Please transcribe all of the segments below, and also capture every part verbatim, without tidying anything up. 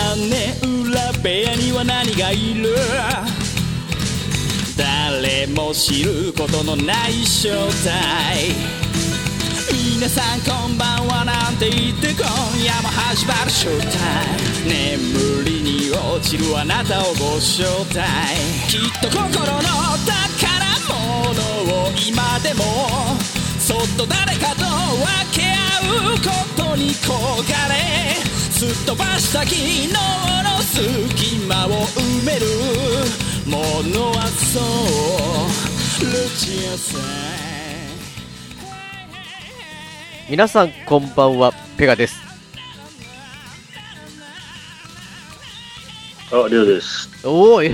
屋根裏部屋には何がいる？誰も知ることのない正体。皆さんこんばんはなんて言って今夜も始まるショータイム。眠りに落ちるあなたをご招待。きっと心の宝物を今でもそっと誰かと分け合うことに焦がれ、すっ飛ばした昨日の隙間を埋めるものはそうルチアさん。 皆さんこんばんは、ペガです。 あ、りょうです。 おお、え、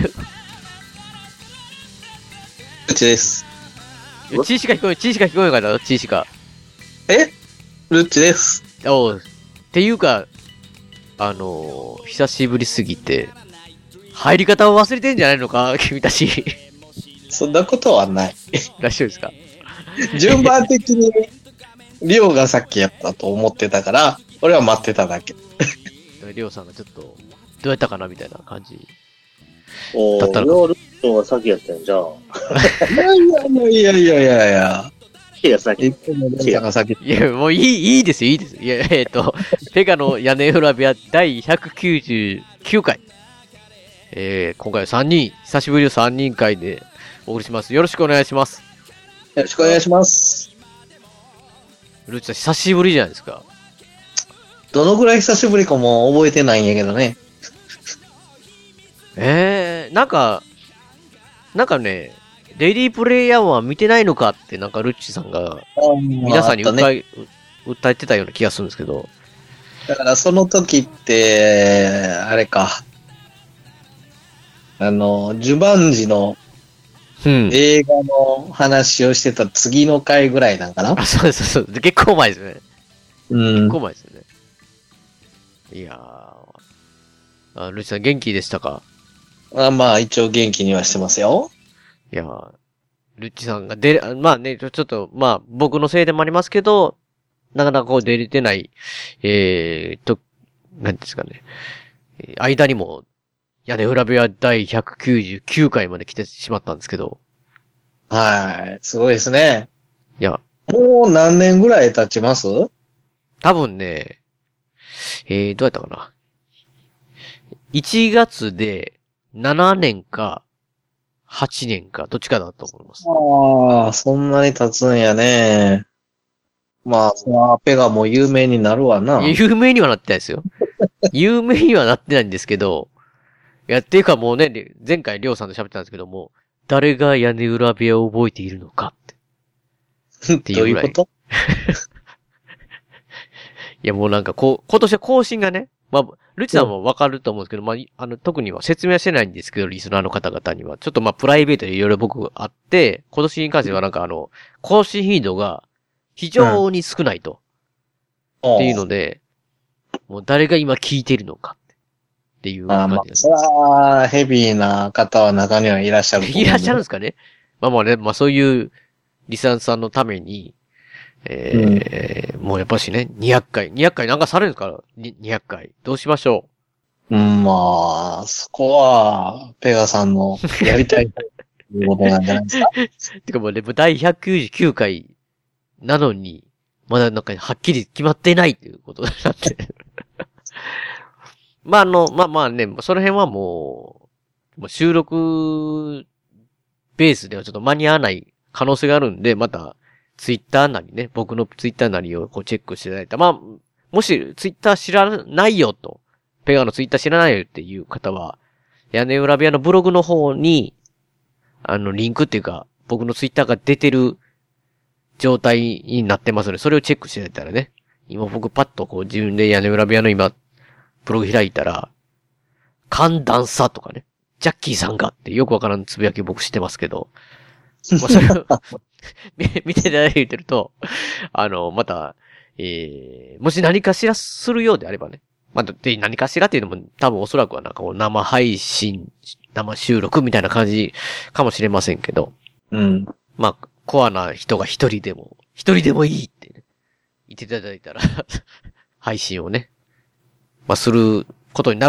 うちです。 チーしか聞こえ、チーしか聞こえなかったの、チーしか。 えルッチです。 おう、っていうか、あのー、久しぶりすぎて、入り方を忘れてんじゃないのか、君たち。 そんなことはない。 大丈夫ですか？ 順番的に、リオがさっきやったと思ってたから、俺は待ってただけ。 リオさんがちょっと、どうやったかなみたいな感じ。 おー、リオルッチはさっきやったんじゃん。いやいやいやいやいやいやいや。いや、さっき。いや、さっき。 いや、もういい、いいですよ、いいですよ。いや、えっと、ペガの屋根裏部屋第ひゃくきゅうじゅうきゅうかい。えー、今回はさんにん、久しぶりのさんにん会でお送りします。よろしくお願いします。 よろしくお願いします。 ルッチさん、久しぶりじゃないですか。 どのぐらい久しぶりかも覚えてないんやけどね。 えー、なんか、なんかね、レディープレイヤーは見てないのかって、なんかルッチさんが、皆さんに訴え、ね、訴えてたような気がするんですけど。 だからその時って、あれか。あの、ジュバンジの映画の話をしてた次の回ぐらいなんかな、うん、 あ、そうですそうです。結構前ですね。 うん。 結構前ですよね。いやー。あ、ルチさん元気でしたか？ あ、まあ一応元気にはしてますよ。 いやー、ルッチさんが出れ、まあね、ちょ、ちょっと、まあ僕のせいでもありますけど、なかなかこう出れてない、えーと、何ですかね。間にも、屋根裏部屋第ひゃくきゅうじゅうきゅうかいまで来てしまったんですけど。 はい。すごいですね。 いや。 もう何年ぐらい経ちます？ 多分ね、えー、どうやったかな。いちがつでななねんかはちねんか、どっちかだと思います。 ああ、そんなに経つんやね。まあ、そのペガも有名になるわな。 有名にはなってないですよ。有名にはなってないんですけど、いや、っていうかもうね、前回りょうさんと喋ってたんですけども、誰が屋根裏部屋を覚えているのかって。っていうぐらい。どういうこと？いや、もうなんかこう、今年は更新がね、まあ、ルチさんもわかると思うんですけど、まあ、あの、特には説明はしてないんですけど、リスナーの方々には。ちょっとまあ、プライベートでいろいろ僕あって、今年に関してはなんかあの、更新頻度が非常に少ないと。うん、っていうので、もう誰が今聞いてるのかっていう感じです。 あ、まあ、それはヘビーな方は中にはいらっしゃると思う。 いらっしゃるんですかね？まあまあね、まあそういうリスナーさんのために、えーうん、もうやっぱしね、にひゃっかい。にひゃっかいなんかされるんですか？にひゃっかい。どうしましょううん、まあ、そこは、ペガさんのやりたいということなんじゃないですか？ てかもうね、だいひゃくきゅうじゅうきゅうかいなのに、まだなんかはっきり決まってないということになって。まああの、まあまあね、その辺はもう、もう収録ベースではちょっと間に合わない可能性があるんで、また、ツイッターなりね、僕のツイッターなりをこうチェックしていただいた。まあ、もしツイッター知らないよと、ペガのツイッター知らないよっていう方は、屋根裏部屋のブログの方に、あの、リンクっていうか、僕のツイッターが出てる状態になってますので、それをチェックしていただいたらね、今僕パッとこう自分で屋根裏部屋の今、ブログ開いたら、寒暖差とかね、ジャッキーさんがってよくわからんつぶやき僕してますけど、まあ、それを見ていただいてると、あの、また、えー、もし何かしらするようであればね、まあ、で、何かしらっていうのも多分おそらくはなんかこう生配信、生収録みたいな感じかもしれませんけど、 うん。 まあ、コアな人が一人でも、一人でもいいって、ね、言っていただいたら、配信をね、まあ、することになる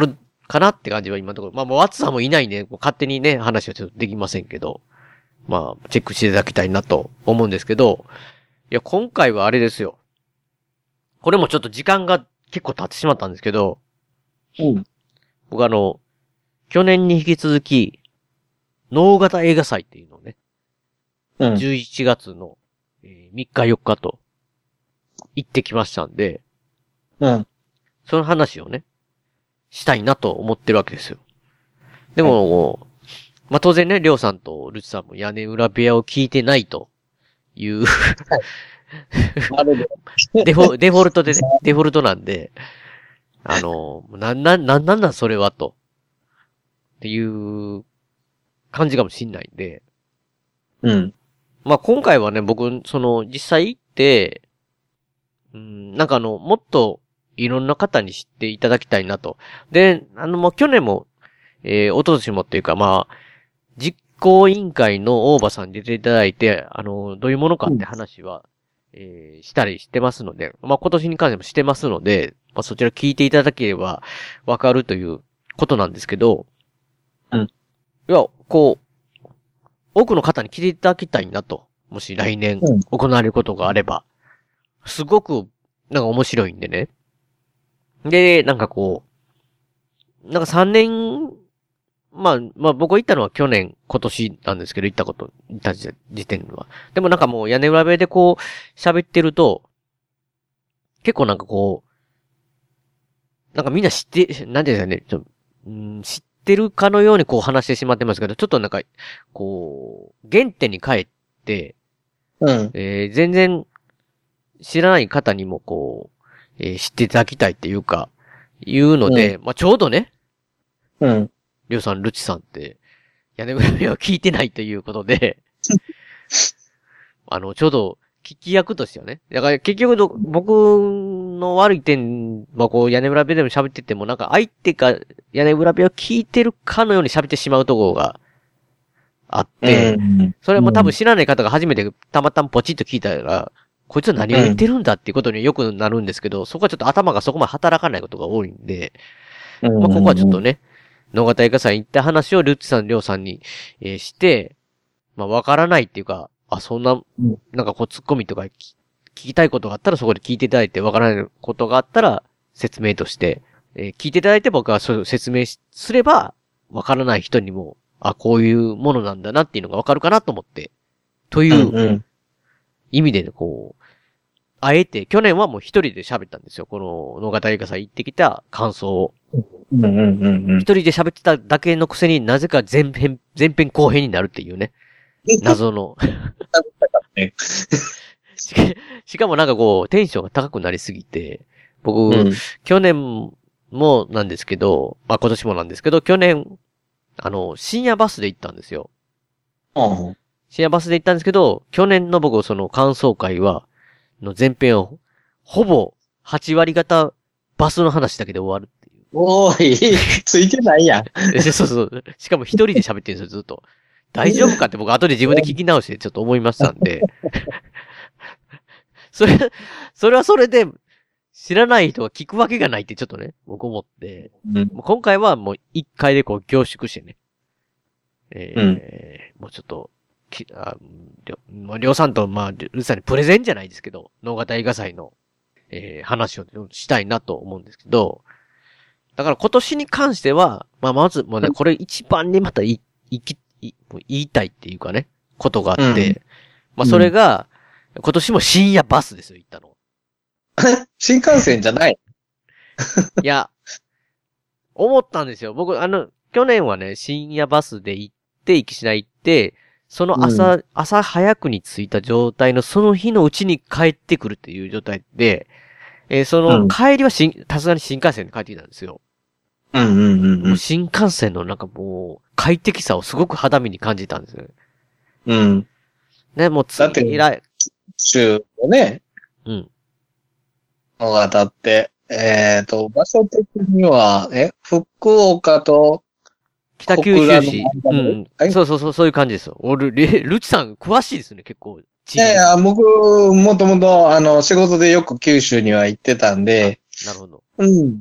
かなって感じは今のところ。まあもうワッツさんもいないんで、もう勝手にね、話はちょっとできませんけど、まあ、チェックしていただきたいなと思うんですけど、いや、今回はあれですよ。これもちょっと時間が結構経ってしまったんですけど、 うん。 僕あの、去年に引き続き、能型映画祭っていうのをね、 うん。 じゅういちがつの、えー、みっかよっかと行ってきましたんで、 うん。 その話をね、したいなと思ってるわけですよ。でも、まあ、当然ね、りょうさんとルチさんも屋根裏部屋を聞いてないという、 あれで。 デフォ、デフォルトでね、デフォルトなんで、あの、な、な、な、なんなんそれはと、っていう感じかもしんないんで、 うん。 まあ、今回はね、僕、その、実際行って、うん、なんかあの、もっといろんな方に知っていただきたいなと。で、あの、もう去年も、えー、一昨年もっていうか、まあ、実行委員会の大場さんに出ていただいて、あの、どういうものかって話は、うん、えー、したりしてますので、まあ、今年に関してもしてますので、まあ、そちら聞いていただければわかるということなんですけど、 うん。 いや、こう、多くの方に聞いていただきたいなと。もし来年行われることがあれば。すごく、なんか面白いんでね。で、なんかこう、なんかさんねん、まあ、まあ僕行ったのは去年、今年なんですけど、行ったこと、行った時点は。でもなんかもう屋根裏部屋でこう、喋ってると、結構なんかこう、なんかみんな知って、なんていうんですかね、ちょうん、知ってるかのようにこう話してしまってますけど、ちょっとなんか、こう、原点に帰って、 うん。 えー、全然知らない方にもこう、えー、知っていただきたいっていうか、いうので、うん、まあちょうどね、 うん。 りょうさん、ルチさんって、屋根裏部屋を聞いてないということで、あの、ちょうど、聞き役としてはね。だから結局ど、僕の悪い点はこう、屋根裏部屋でも喋ってても、なんか相手が屋根裏部屋を聞いてるかのように喋ってしまうところがあって、うん、それも多分知らない方が初めてたまたまポチッと聞いたら、こいつは何を言ってるんだっていうことによくなるんですけど、そこはちょっと頭がそこまで働かないことが多いんで、まあここはちょっとね、能型映画祭に行った話をルッチさん、りょうさんに、えー、して、まあわからないっていうか、あ、そんな、なんかこうツッコミとか聞きたいことがあったらそこで聞いていただいて、わからないことがあったら説明として、えー、聞いていただいて僕はそう説明すれば、わからない人にも、あ、こういうものなんだなっていうのがわかるかなと思って、という意味で、ね、こう、あえて、去年はもう一人で喋ったんですよ。この能型映画祭行ってきた感想を。 うんうんうんうん、 一人で喋ってただけのくせになぜか前編、前編後編になるっていうね。謎のし。しかもなんかこう、テンションが高くなりすぎて、僕、うん、去年もなんですけど、まあ今年もなんですけど、去年、あの、深夜バスで行ったんですよ。 うん、 深夜バスで行ったんですけど、去年の僕その感想会は、の前編を、ほぼはちわり方バスの話だけで終わるっていう。 おーい、ついてないやん。 そうそう。しかも一人で喋ってるんですよ、ずっと。大丈夫かって僕後で自分で聞き直してちょっと思いましたんで。それ、それはそれで、知らない人が聞くわけがないってちょっとね、僕思って。うん、今回はもう一回でこう凝縮してね。えー、うん、もうちょっと、きありょ、まあ、りょうさんと、まあ、ルさんにプレゼンじゃないですけど、能型映画祭の、えー、話をしたいなと思うんですけど、だから今年に関しては、まあ、まず、もうね、これ一番にまたい、いき、い、もう言いたいっていうかね、ことがあって、うん、まあ、それが、うん、今年も深夜バスですよ、行ったの。 新幹線じゃないいや、思ったんですよ。僕、あの、去年はね、深夜バスで行って、行きしない行って、その朝、うん、朝早くに着いた状態のその日のうちに帰ってくるっていう状態で、えー、その帰りはしん、さすがに新幹線で帰ってきたんですよ。 うんうんうん、うん。 新幹線のなんかもう、快適さをすごく肌身に感じたんですよ。 うん。 ね、もう次、だって、週のね、 うん。 のが当たって、えっ、ー、と、場所的には、え、福岡と、 北九州市。うん。そうそうそう、そういう感じですよ。俺、ルチさん、詳しいですね、結構。 いやいや、僕、もともと、あの、仕事でよく九州には行ってたんで。 なるほど。 うん。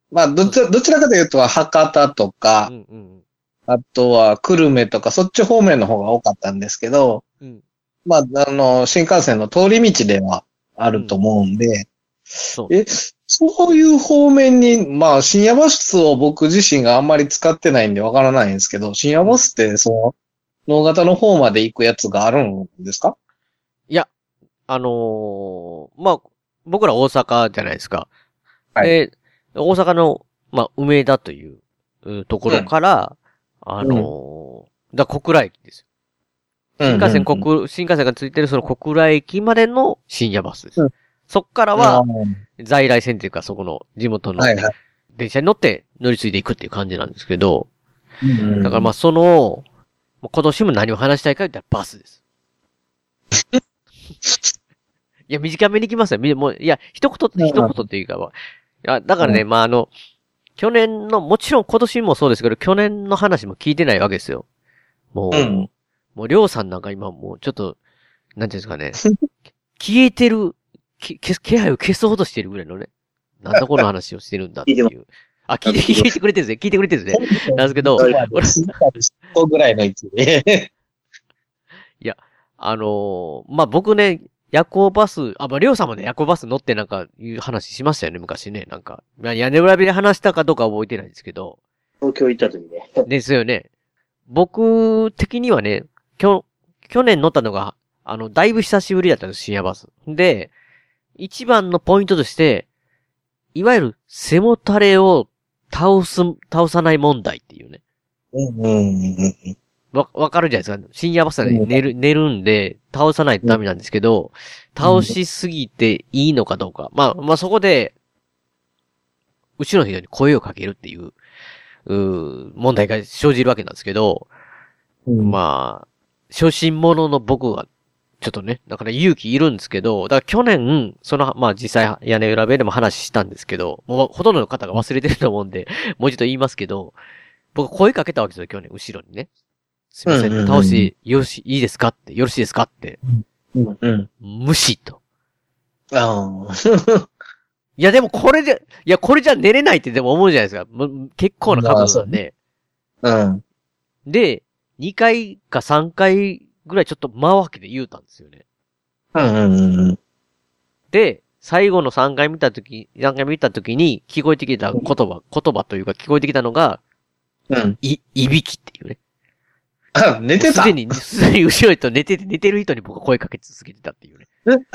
まあ、どちら、どちらかというと、博多とか、うんうん、あとは久留米とか、そっち方面の方が多かったんですけど、うん、まあ、あの、新幹線の通り道ではあると思うんで、うん、そうえ、そういう方面に、まあ、深夜バスを僕自身があんまり使ってないんでわからないんですけど、深夜バスって、その、能形の方まで行くやつがあるんですか？ いや、あのー、まあ、僕ら大阪じゃないですか。はい。で、大阪の、まあ、梅田というところから、うん、あのー、だ小倉駅ですよ。新幹線小倉、うんうんうん、新幹線がついてるその小倉駅までの深夜バスです。うん、そっからは、在来線というか、そこの地元の電車に乗って乗り継いでいくっていう感じなんですけど、うんうん、だからまあその、今年も何を話したいか言ったらバスです。いや、短めに行きますよ。もういや、一言、一言っていうかは、いや、だからね、うん、まああの、去年の、もちろん今年もそうですけど、去年の話も聞いてないわけですよ。もう、うん、もうりょうさんなんか今もうちょっと、なんていうんですかね、消えてる、気配を消そうとしてるぐらいのね、なんだこの話をしてるんだっていう。あ、聞いて、聞いてくれてるんですね。聞いてくれてるんですね。なんですけど、 俺、ぐらいの位置で。 いや、あのー、まあ、僕ね、夜行バス、あ、まあ、りょうさんもね、夜行バス乗ってなんか、いう話しましたよね、昔ね。なんか、まあ、屋根裏部で話したかどうか覚えてないんですけど。 東京行った時ね。 ですよね。僕的にはね、きょ、去年乗ったのが、あの、だいぶ久しぶりだったんです、深夜バス。で、一番のポイントとして、いわゆる背もたれを倒す、倒さない問題っていうね。うんうんわ、わかるじゃないですか。深夜バスで寝る、寝るんで、倒さないとダメなんですけど、倒しすぎていいのかどうか。まあ、まあそこで、後ろの人に声をかけるっていう、うー問題が生じるわけなんですけど、うん、まあ、初心者の僕は、ちょっとね、だから勇気いるんですけど、だから去年、その、まあ実際屋根裏部でも話したんですけど、もうほとんどの方が忘れてると思うんで、もう一度言いますけど、僕声かけたわけですよ、去年、後ろにね。すいません、うんうんうん、倒してよろしい、いいですかって、よろしいですかって。うんうん、無視と。ああ。いやでもこれで、いやこれじゃ寝れないってでも思うじゃないですか。結構な角度なんで。うん。で、にかいかさんかいぐらいちょっと間分けで言うたんですよね。うんうんうん。で、最後のさんかい見たとき、さんかい見たときに聞こえてきた言葉、言葉というか聞こえてきたのが、うん。い、いびきっていうね。あ、寝てた？すでに、すでに後ろと寝てて、寝てる人に僕は声かけ続けてたっていうね。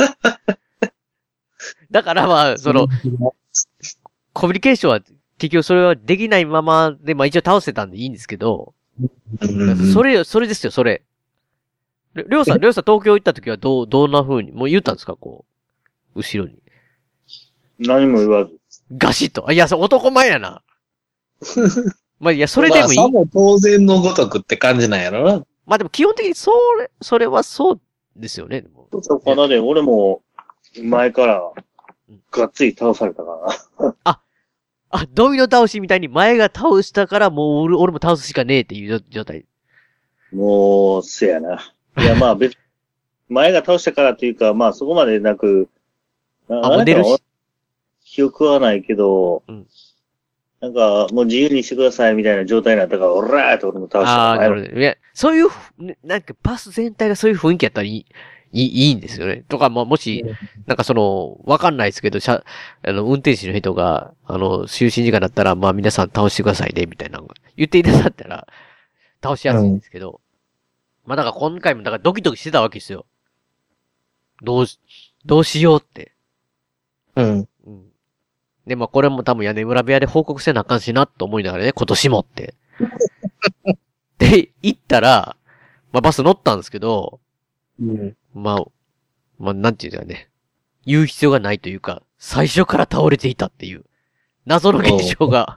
だからまあ、その、コミュニケーションは結局それはできないままで、まあ一応倒せたんでいいんですけど、それ、それですよ、それ。りょうさん、りょうさん東京行った時はどう、どんな風に、もう言ったんですか、こう、後ろに。 何も言わず。 ガシッと。いや、そ男前やな。まあいや、それでもいい。 まあ、さも当然のごとくって感じなんやろな。 まあでも基本的にそれ、それはそうですよね。 そうかなで、俺も前からがっつり倒されたからな。 あ、あ、ドミノ倒しみたいに前が倒したからもう俺俺も倒すしかねえっていう状態。 もう、せやな。いやまあ別、前が倒したからというか、まあそこまでなく、 あ、もう出るし。 記憶はないけど、うん。なんか、もう自由にしてくださいみたいな状態になったから、おらーって俺も倒した。 ああ、なるほど。いや、そういう、なんかバス全体がそういう雰囲気やったらいい、いい、いいんですよね。とか、まあ、もし、なんかその、わかんないですけど、車、あの、運転手の人が、あの、就寝時間だったら、まあ皆さん倒してくださいね、みたいなのが言っていただったら、倒しやすいんですけど、うん、まあだから今回も、だからドキドキしてたわけですよ。どうし、どうしようって。うん。うんで、まあ、これも多分屋根裏部屋で報告せなあかんしなと思いながらね、今年もって。で、行ったら、まあ、バス乗ったんですけど、うん、まあ、まあ、なんていうんだよね。言う必要がないというか、最初から倒れていたっていう、謎の現象が。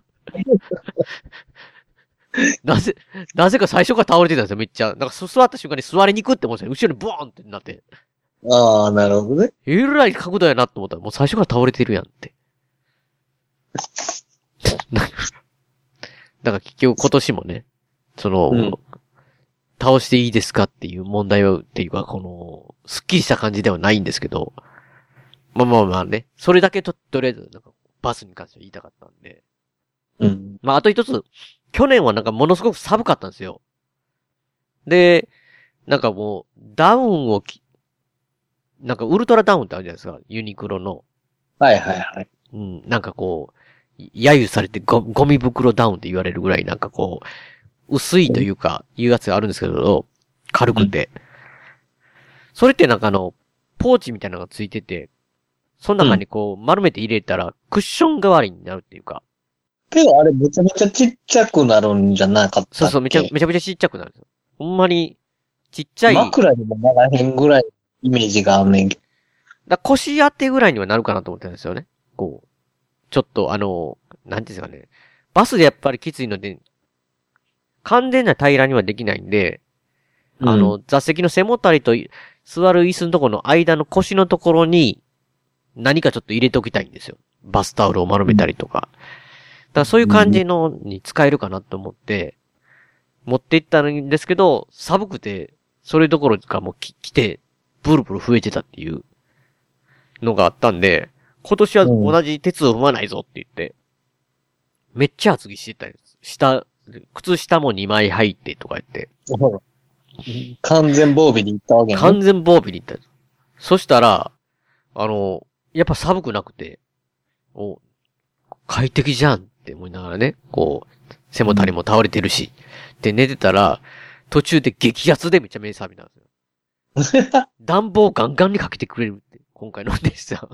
なぜ、なぜか最初から倒れてたんですよ、めっちゃ。なんか座った瞬間に座りに行くって思うんですよ。後ろにボーンってなって。ああ、なるほどね。えらい角度やなと思ったら、もう最初から倒れてるやんって。だから結局今年もね、その、うん、倒していいですかっていう問題を、っていうか、この、スッキリした感じではないんですけど、まあまあまあね、それだけと、とりあえず、なんか、バスに関しては言いたかったんで、 うん。 まあ、あと一つ、去年はなんかものすごく寒かったんですよ。で、なんかもう、ダウンをき、なんかウルトラダウンってあるじゃないですか、ユニクロの。 はいはいはい。 うん、なんかこう、揶揄されてゴゴミ袋ダウンって言われるぐらいなんかこう、薄いというか、いうやつがあるんですけど、軽くて。うん、それってなんかあの、ポーチみたいなのがついてて、その中にこう、丸めて入れたら、クッション代わりになるっていうか。 けどあれめちゃめちゃちっちゃくなるんじゃなかったっけ？ そうそう、めちゃめちゃめちゃちっちゃくなるんですよ。ほんまに、ちっちゃい。 枕にもならへんぐらいイメージがあんねんけど。 だ腰当てぐらいにはなるかなと思ってるんですよね。こう。ちょっとあの、なんていうんですかね。バスでやっぱりきついので、完全な平らにはできないんで、うん、あの、座席の背もたれと座る椅子のところの間の腰のところに何かちょっと入れておきたいんですよ。バスタオルを丸めたりとか。だからそういう感じのに使えるかなと思って、持っていったんですけど、寒くて、それどころかもうき来て、ブルブル増えてたっていうのがあったんで、今年は同じ鉄を踏まないぞって言って、めっちゃ厚着してたんです。下、靴下もにまい履いてとか言って。 完全防備に行ったわけね。 完全防備に行った。そしたら、あの、やっぱ寒くなくて、お、快適じゃんって思いながらね、こう、背もたれも倒れてるし、で寝てたら、途中で激アツでめっちゃ目覚めたんですよ。暖房ガンガンにかけてくれるって、今回の運転手さん。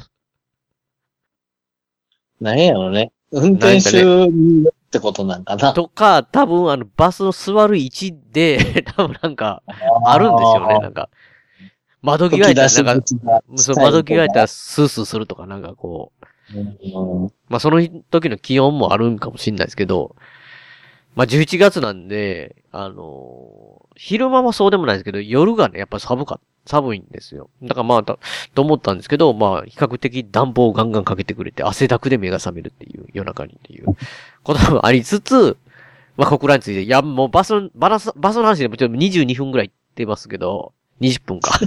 何やろね。運転手ってことなんかな。 とか、多分あの、バスの座る位置で、多分なんか、あるんですよね、なんか。窓際やったら、なんか、そう、窓際やったらスースーするとか、なんかこう。うん、まあ、その時の気温もあるんかもしれないですけど、まあ、じゅういちがつなんで、あのー、昼間はそうでもないですけど、夜がね、やっぱ寒か、寒いんですよ。だからまあ、と思ったんですけど、まあ、比較的暖房をガンガンかけてくれて、汗だくで目が覚めるっていう、夜中にっていうこともありつつ、まあ、小倉について、いや、もうバスの、バス、バスの話でもちょっとにじゅうにふんぐらい行ってますけど、にじゅっぷんか。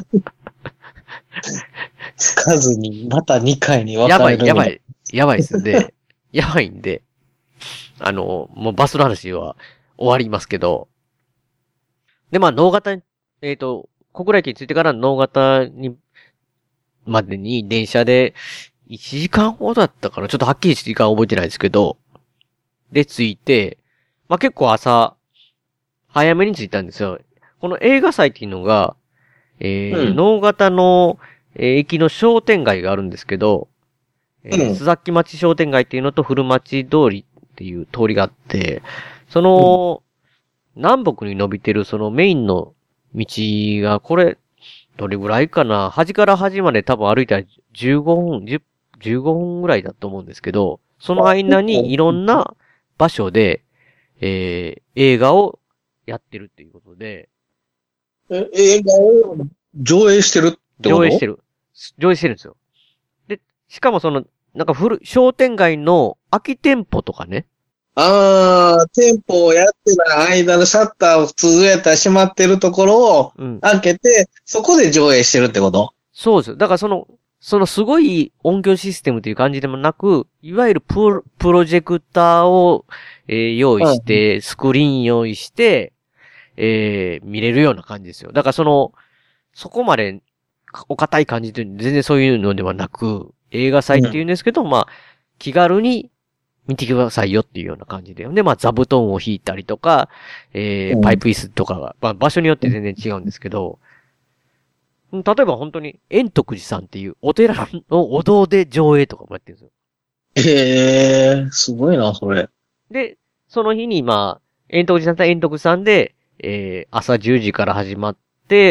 つかずに、またにかいに分かれる。 やばい、やばい、やばいですんで、やばいんで、あの、もうバスの話は終わりますけど、で、まあ、能形に、えっと、小倉駅に着いてから能形に、までに電車でいちじかんほどだったかな。ちょっとはっきり時間覚えてないですけど、で着いて、まあ、結構朝、早めに着いたんですよ。この映画祭っていうのが、えー、うん、能形の、えー、駅の商店街があるんですけど、えーうん、須崎町商店街っていうのと古町通りっていう通りがあって、その、うん、南北に伸びてるそのメインの道が、これ、どれぐらいかな、端から端まで多分歩いたらじゅうごふん、じゅう、じゅうごふんぐらいだと思うんですけど、その間にいろんな場所で、えー、映画をやってるっていうことで。 え、映画を上映してるってこと？ 上映してる。上映してるんですよ。で、しかもその、なんか古、商店街の空き店舗とかね。 ああ、店舗をやってない間のシャッターを普通やったら閉まってるところを開けて、うん、そこで上映してるってこと？ そうです。だからその、そのすごい音響システムという感じでもなく、いわゆるプロ、プロジェクターを、えー、用意して、うん、スクリーン用意して、えー、見れるような感じですよ。だからその、そこまでお堅い感じという全然そういうのではなく、映画祭っていうんですけど、うん、まあ、気軽に見てくださいよっていうような感じで。で、まあ、座布団を引いたりとか、えー、パイプ椅子とかが、まあ、場所によって全然違うんですけど、例えば本当に、円徳寺さんっていうお寺のお堂で上映とかもやってるんですよ。 へえー、すごいな、それ。 で、その日に、まあ、円徳寺さんと円徳さんで、えー、朝じゅうじから始まって、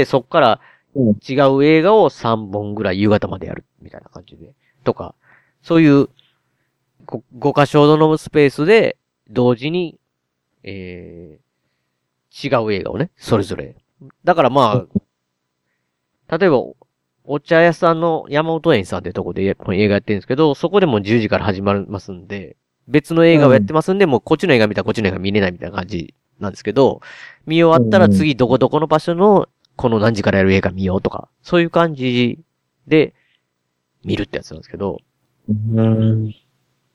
そっから違う映画をさんぼんぐらい夕方までやる、みたいな感じで。とか、そういう、ご箇所のスペースで、同時に、えー、違う映画をね、それぞれ。だからまあ、例えば、お茶屋さんの山本園さんってとこで映画やってるんですけど、そこでもじゅうじから始まりますんで、別の映画をやってますんで、うん、もうこっちの映画見たらこっちの映画見れないみたいな感じなんですけど、見終わったら次どこどこの場所のこの何時からやる映画見ようとか、そういう感じで見るってやつなんですけど、 うん、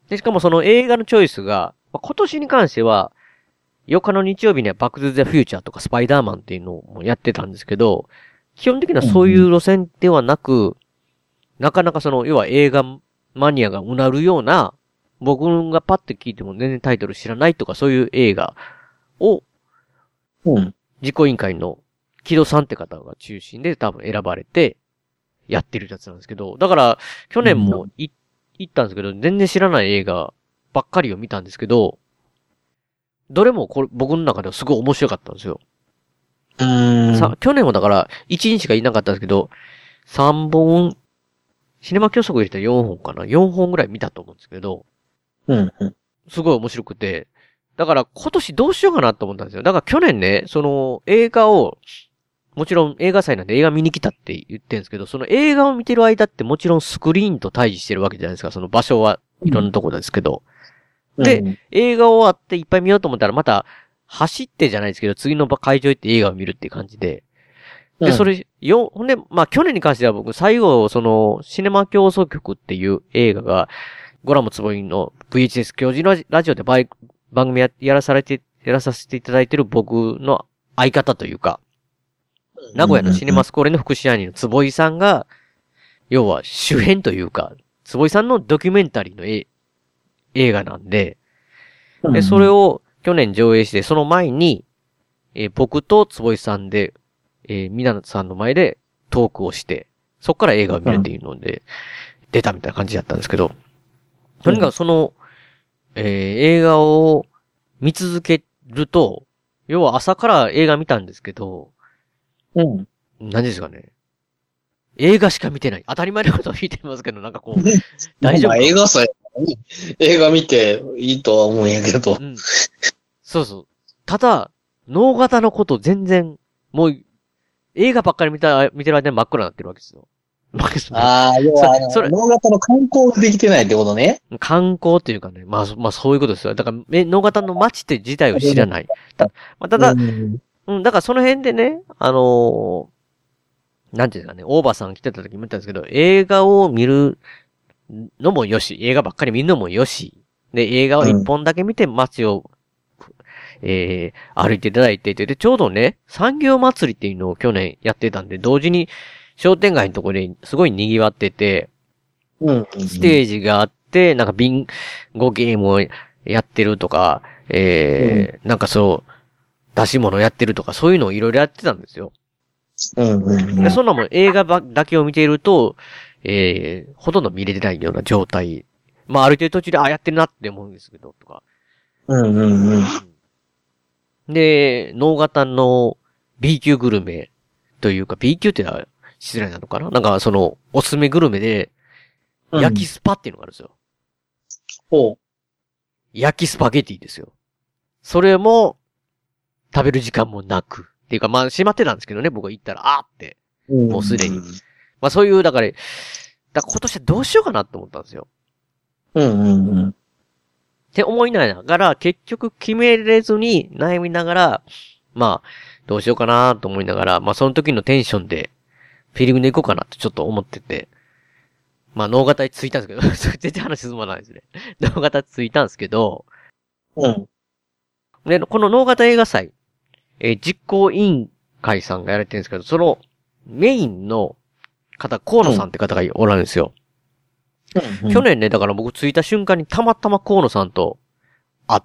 で、しかもその映画のチョイスが、まあ、今年に関しては、よっかの日曜日にはバックトゥザフューチャーとかスパイダーマンっていうのをやってたんですけど、基本的にはそういう路線ではなく、うんうん、なかなかその、要は映画マニアがうなるような、僕がパッて聞いても全然タイトル知らないとかそういう映画を、 うん。 実行委員会の木戸さんって方が中心で多分選ばれてやってるやつなんですけど、だから去年もい、うん、行ったんですけど、全然知らない映画ばっかりを見たんですけど、どれもこれ僕の中ではすごい面白かったんですよ。 うーん。 さ、去年もだからいちにちしかいなかったんですけど、さんぼん、シネマ教則入れたらよんほんかな ?よん 本ぐらい見たと思うんですけど、 うんうん。 すごい面白くて、だから今年どうしようかなと思ったんですよ。だから去年ね、その映画を、もちろん映画祭なんで映画見に来たって言ってるんですけど、その映画を見てる間ってもちろんスクリーンと対峙してるわけじゃないですか。その場所はいろんなところですけど。うん、で、うん、映画終わっていっぱい見ようと思ったらまた走ってじゃないですけど、次の会場行って映画を見るっていう感じで。で、それ、よ、ほんで、まあ去年に関しては僕最後、その、シネマ競争局っていう映画が、ゴラムつぼいの ブイエイチエス 教授のラジオでバイ番組や、やらされて、やらさせていただいてる僕の相方というか、名古屋のシネマスコーレの副支配人の坪井さんが、要は主演というか、坪井さんのドキュメンタリーのえ映画なんで、で、それを去年上映して、その前に、えー、僕と坪井さんで、えー、皆さんの前でトークをして、そっから映画を見るっていうので、出たみたいな感じだったんですけど、とにかくその、えー、映画を見続けると、要は朝から映画見たんですけど、 うん。 何ですかね。映画しか見てない。当たり前のことを言ってますけど、なんかこう、大丈夫か。 映画さえ、映画見ていいとは思うんやけど。うん、 そうそう。ただ、脳型のこと全然、もう、映画ばっかり見た、見てる間に真っ暗になってるわけですよ。 ああ、要は、それ、脳型の観光ができてないってことね。 観光っていうかね、まあ、まあそういうことですよ。だから、脳型の街って自体を知らない。た, まあ、ただ、うん、うん、だからその辺でね、あのー、なんていうんですかね、オーバーさん来てた時も言ったんですけど、映画を見るのもよし、映画ばっかり見るのもよし、で、映画を一本だけ見て街を、うん、えー、歩いていただいてて、で、ちょうどね、産業祭りっていうのを去年やってたんで、同時に、商店街のところですごい賑わってて、 うんうんうん、 ステージがあって、なんかビンゴゲームをやってるとか、えーうん、なんかそう、出し物やってるとか、そういうのをいろいろやってたんですよ。 うんうんうん、 でそんなもん映画だけを見ていると、えー、ほとんど見れてないような状態。まあ歩いてる途中で、あ、やってるなって思うんですけど、とか。 うんうんうん。 で、脳型の B 級グルメというか、B 級ってのは、失礼なのかななんか、その、おすすめグルメで、焼きスパっていうのがあるんですよ。 ほう。 焼きスパゲティですよ。それも、食べる時間もなく。っていうか、まあ、閉まってたんですけどね、僕が行ったら、あーって。もうすでに。まあ、そういう、だから、だから今年はどうしようかなって思ったんですよ。 うんうんうん。 って思いながら、結局決めれずに悩みながら、まあ、どうしようかなと思いながら、まあ、その時のテンションで、フィーリングで行こうかなってちょっと思ってて。まあ、脳型についたんですけど、全然話進まないですね。脳型ついたんですけど、 うん。 で、この脳型映画祭、えー、実行委員会さんがやられてるんですけど、そのメインの方、河野さんって方がおられるんですよ。うんうん、去年ね、だから僕着いた瞬間にたまたま河野さんと会って、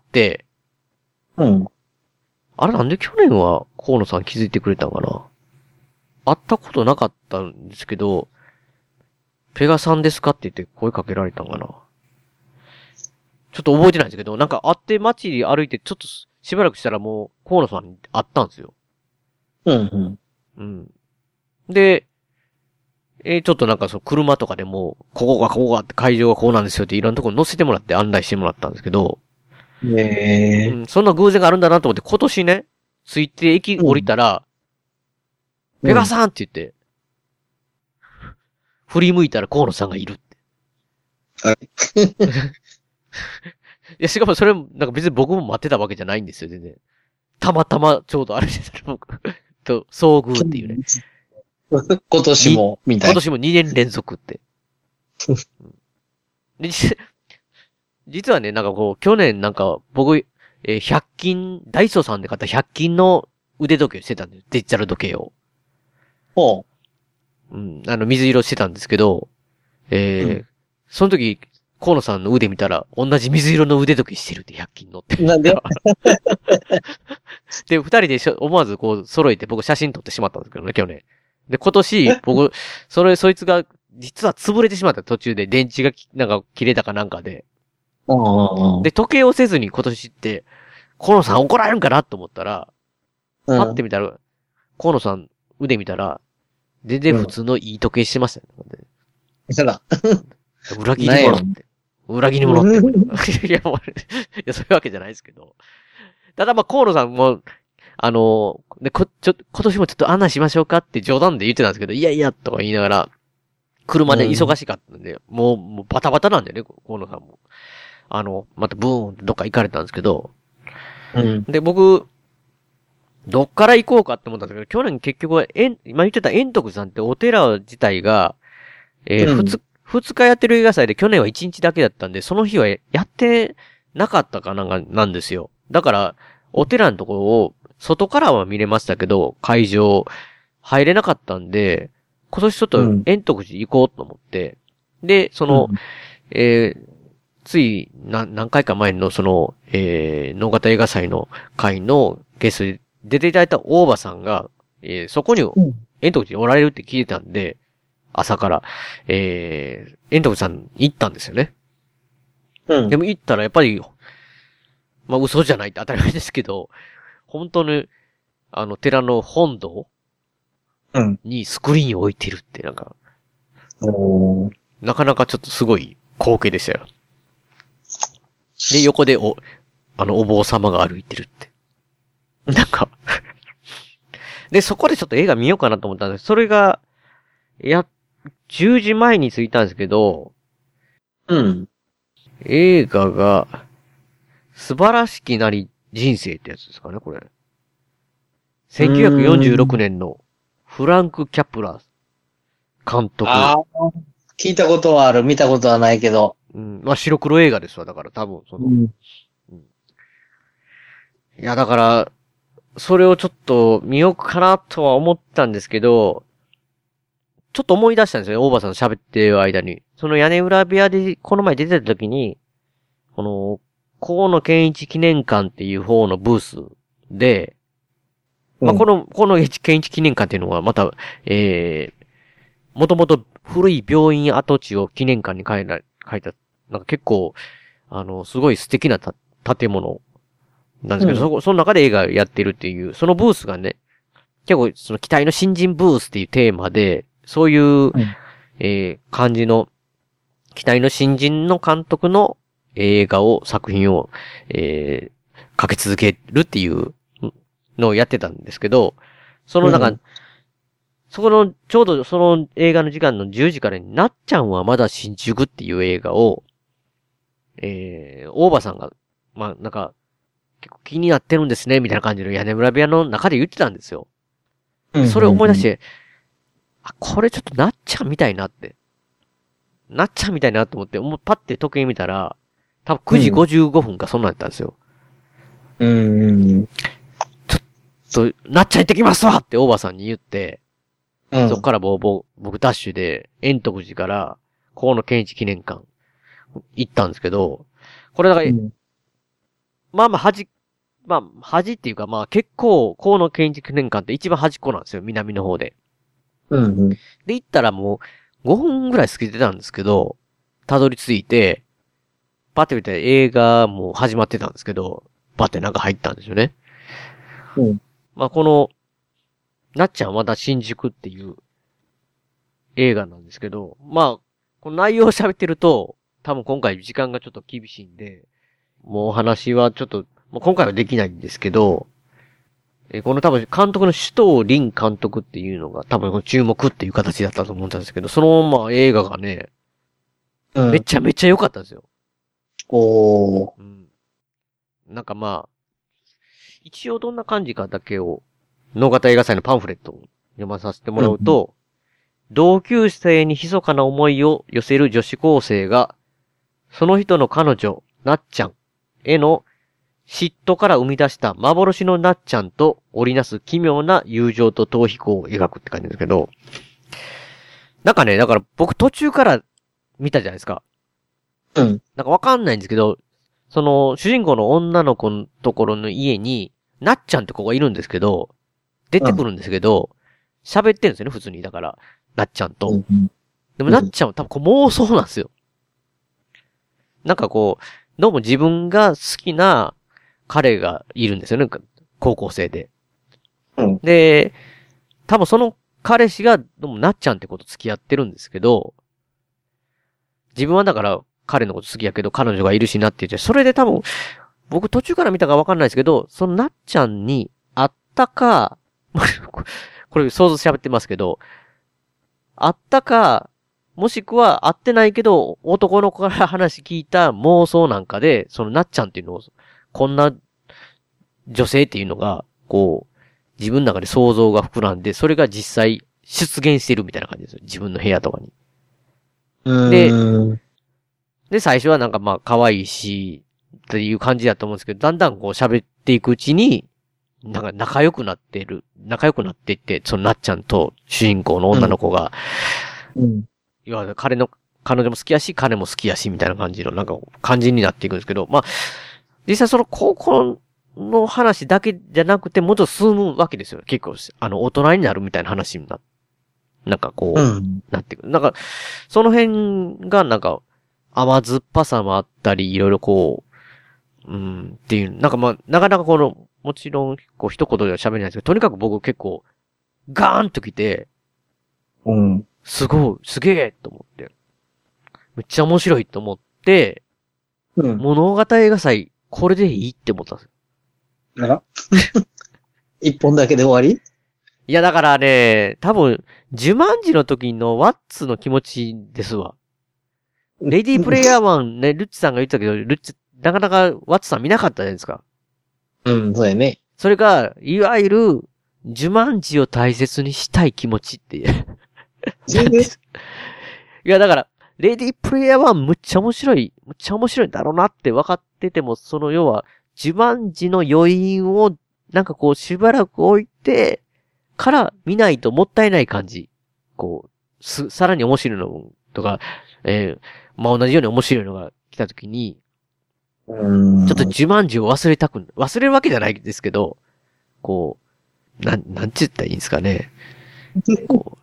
うん。 あれなんで去年は河野さん気づいてくれたのかな会ったことなかったんですけど、ペガさんですかって言って声かけられたのかなちょっと覚えてないんですけど、なんか会って街歩いてちょっとしばらくしたらもう河野さんに会ったんですよ。 うんうん。 うん。で、えー、ちょっとなんかその車とかでも、ここがここがって会場がこうなんですよっていろんなところ乗せてもらって案内してもらったんですけど、 へー、 うん、そんな偶然があるんだなと思って今年ね、着いて駅降りたら、うん、ペガさんって言って、振り向いたら河野さんがいるって。 はい。 いや、しかもそれ、なんか別に僕も待ってたわけじゃないんですよ、全然。たまたまちょうど歩いてたら僕と遭遇っていうね。 今年も、みたいな。 今年もにねん連続って。で実実はね、なんかこう、去年なんか僕、えー、ひゃく均、ダイソーさんで買ったひゃく均の腕時計をしてたんです。デジタル時計を。 ほう。うん、あの、水色してたんですけど、えー、うん、その時、河野さんの腕見たら、同じ水色の腕時計してるってひゃく均のって。 なんでで、二人でしょ思わずこう揃えて僕写真撮ってしまったんですけどね、去年。で、今年、僕、それ、そいつが、実は潰れてしまった途中で電池がなんか切れたかなんかで。で、時計をせずに今年って、河野さん怒られるんかなと思ったら、パッて見たら、河野さん腕見たら、全然普通のいい時計してましたよ、ね。 そうだ。 裏切り者って。裏切り者って。いや、もう、いや、そういうわけじゃないですけど。ただまあ、河野さんも、あの、で、こ、ちょ、今年もちょっと案内しましょうかって冗談で言ってたんですけど、いやいや、とか言いながら、車で忙しかったんで、うん、もう、もうバタバタなんだよね、河野さんも。あの、またブーンってどっか行かれたんですけど、うん。で、僕、どっから行こうかって思ったんですけど、去年結局は、えん、今言ってた円徳さんってお寺自体が、えー、うん、二、二日やってる映画祭で去年は一日だけだったんで、その日はやってなかったかなんかなんですよ。だから、お寺のところを、外からは見れましたけど、会場、入れなかったんで、今年ちょっと円徳寺行こうと思って、うん、で、その、うん、えー、つい何、何回か前のその、えー、能形映画祭の会のゲストで出ていただいた大場さんが、えー、そこに円徳寺におられるって聞いてたんで、朝から、えー、円徳寺さん行ったんですよね。うん。でも行ったらやっぱり、まあ嘘じゃないって当たり前ですけど、本当に、あの、寺の本堂にスクリーンを置いてるってなんか、うん、なかなかちょっとすごい光景でしたよ。で、横でお、あの、お坊様が歩いてるって。なんかで、そこでちょっと映画見ようかなと思ったんです。それが、や、じゅうじまえに着いたんですけど、うん。映画が、素晴らしきなり人生ってやつですかね、これ。せんきゅうひゃくよんじゅうろくねんのフランク・キャプラー監督。ああ、 聞いたことはある、見たことはないけど。 うん。まあ、白黒映画ですわ、だから多分、その、うんうん。いや、だから、それをちょっと見ようかなとは思ったんですけど、ちょっと思い出したんですよね、大場さん喋ってる間に。その屋根裏部屋で、この前出てた時に、この、河野健一記念館っていう方のブースで、うん、まあ、この、河野健一記念館っていうのはまた、えー、もともと古い病院跡地を記念館に変えた、変えた、なんか結構、あの、すごい素敵なた建物なんですけど、うん、そこ、その中で映画やってるっていう、そのブースがね、結構その期待の新人ブースっていうテーマで、そういう、うん、えー、感じの、期待の新人の監督の映画を、作品を、えー、かけ続けるっていうのをやってたんですけど、その中、うん、そこの、ちょうどその映画の時間のじゅうじからになっちゃんはまだ新宿っていう映画を、えー、大場さんが、まあ、なんか、結構気になってるんですね、みたいな感じの屋根裏部屋の中で言ってたんですよ。それを思い出して、あ、これちょっとなっちゃんみたいなって。なっちゃんみたいなと思って、もうパッて時計見たら、多分くじごじゅうごふんかそんなんやったんですよ。うん。ちょっと、なっちゃん行ってきますわって大場さんに言って、うん、そっから僕、僕ダッシュで、円徳寺から、河野健一記念館行ったんですけど、これだから、うん、まあまあ端、まあ端っていうかまあ結構、河野健一記念館って一番端っこなんですよ、南の方で。うんうん。で、行ったらもうごふんぐらい過ぎてたんですけど、たどり着いて、パッて見たら映画もう始まってたんですけど、パッて中入ったんですよね。うん。まあこの、なっちゃんはまだ新宿っていう映画なんですけど、まあ、この内容を喋ってると、多分今回時間がちょっと厳しいんで、もうお話はちょっと、もう今回はできないんですけど、えこの多分監督の首藤林監督っていうのが多分注目っていう形だったと思ったんですけど、そのまま映画がね、うん、めちゃめちゃ良かったんですよ。おー。うん。なんかまあ、一応どんな感じかだけを、能形映画祭のパンフレットを読まさせてもらうと、うん、同級生に密かな思いを寄せる女子高生が、その人の彼女、 なっちゃんへの嫉妬から生み出した幻のなっちゃんと織りなす奇妙な友情と逃避行を描くって感じですけど、なんかね、だから僕途中から見たじゃないですか。 うん。 なんかわかんないんですけど、その主人公の女の子のところの家になっちゃんって子がいるんですけど、出てくるんですけど、喋、うん、ってるんですよね、普通に。だから、なっちゃんと。うん、でもなっちゃんは多分こう妄想なんですよ。なんかこう、どうも自分が好きな彼がいるんですよね、高校生で。うん、で、多分その彼氏が、どうもなっちゃんってこと付き合ってるんですけど、自分はだから彼のこと好きやけど彼女がいるしなって言って、それで多分、僕途中から見たかわかんないですけど、そのなっちゃんに会ったか、これ想像しゃべってますけど、会ったか、もしくは会ってないけど、男の子から話聞いた妄想なんかで、そのなっちゃんっていうのを、こんな女性っていうのが、こう、自分の中で想像が膨らんで、それが実際出現してるみたいな感じですよ。自分の部屋とかに。で、で、最初はなんかまあ可愛いし、っていう感じだと思うんですけど、だんだんこう喋っていくうちに、なんか仲良くなってる、仲良くなっていって、そのなっちゃんと主人公の女の子が、うん。いわゆる彼の、彼女も好きやし、彼も好きやし、みたいな感じの、なんか感じになっていくんですけど、まあ、実際その高校の話だけじゃなくて、もっと進むわけですよ。結構、あの、大人になるみたいな話にな、なんかこう、うん、なってくる。なんか、その辺がなんか、甘酸っぱさもあったり、いろいろこう、うん、っていう、なんかまあ、なかなかこの、もちろん、こう、一言では喋れないですけど、とにかく僕結構、ガーンと来て、うん。すごい、すげえと思って。めっちゃ面白いと思って、うん。物語映画祭、これでいいって思ったんですよ。 あら一本だけで終わり？ いや、だからね、多分、ジュマンジの時のワッツの気持ちですわ。レディープレイヤーワンね、ルッチさんが言ってたけど、ルッチ、なかなかワッツさん見なかったじゃないですか。 うん、そうやね。 それが、いわゆる、ジュマンジを大切にしたい気持ちっていう。いや、だから、レディープレイヤーワンむっちゃ面白い、むっちゃ面白いんだろうなって分かってても、その要は、ジュマンジの余韻を、なんかこう、しばらく置いて、から見ないともったいない感じ。こう、す、さらに面白いのとか、えー、まあ、同じように面白いのが来たときに、ちょっとジュマンジを忘れたく、忘れるわけじゃないですけど、こう、なん、なんて言ったらいいんですかね。こ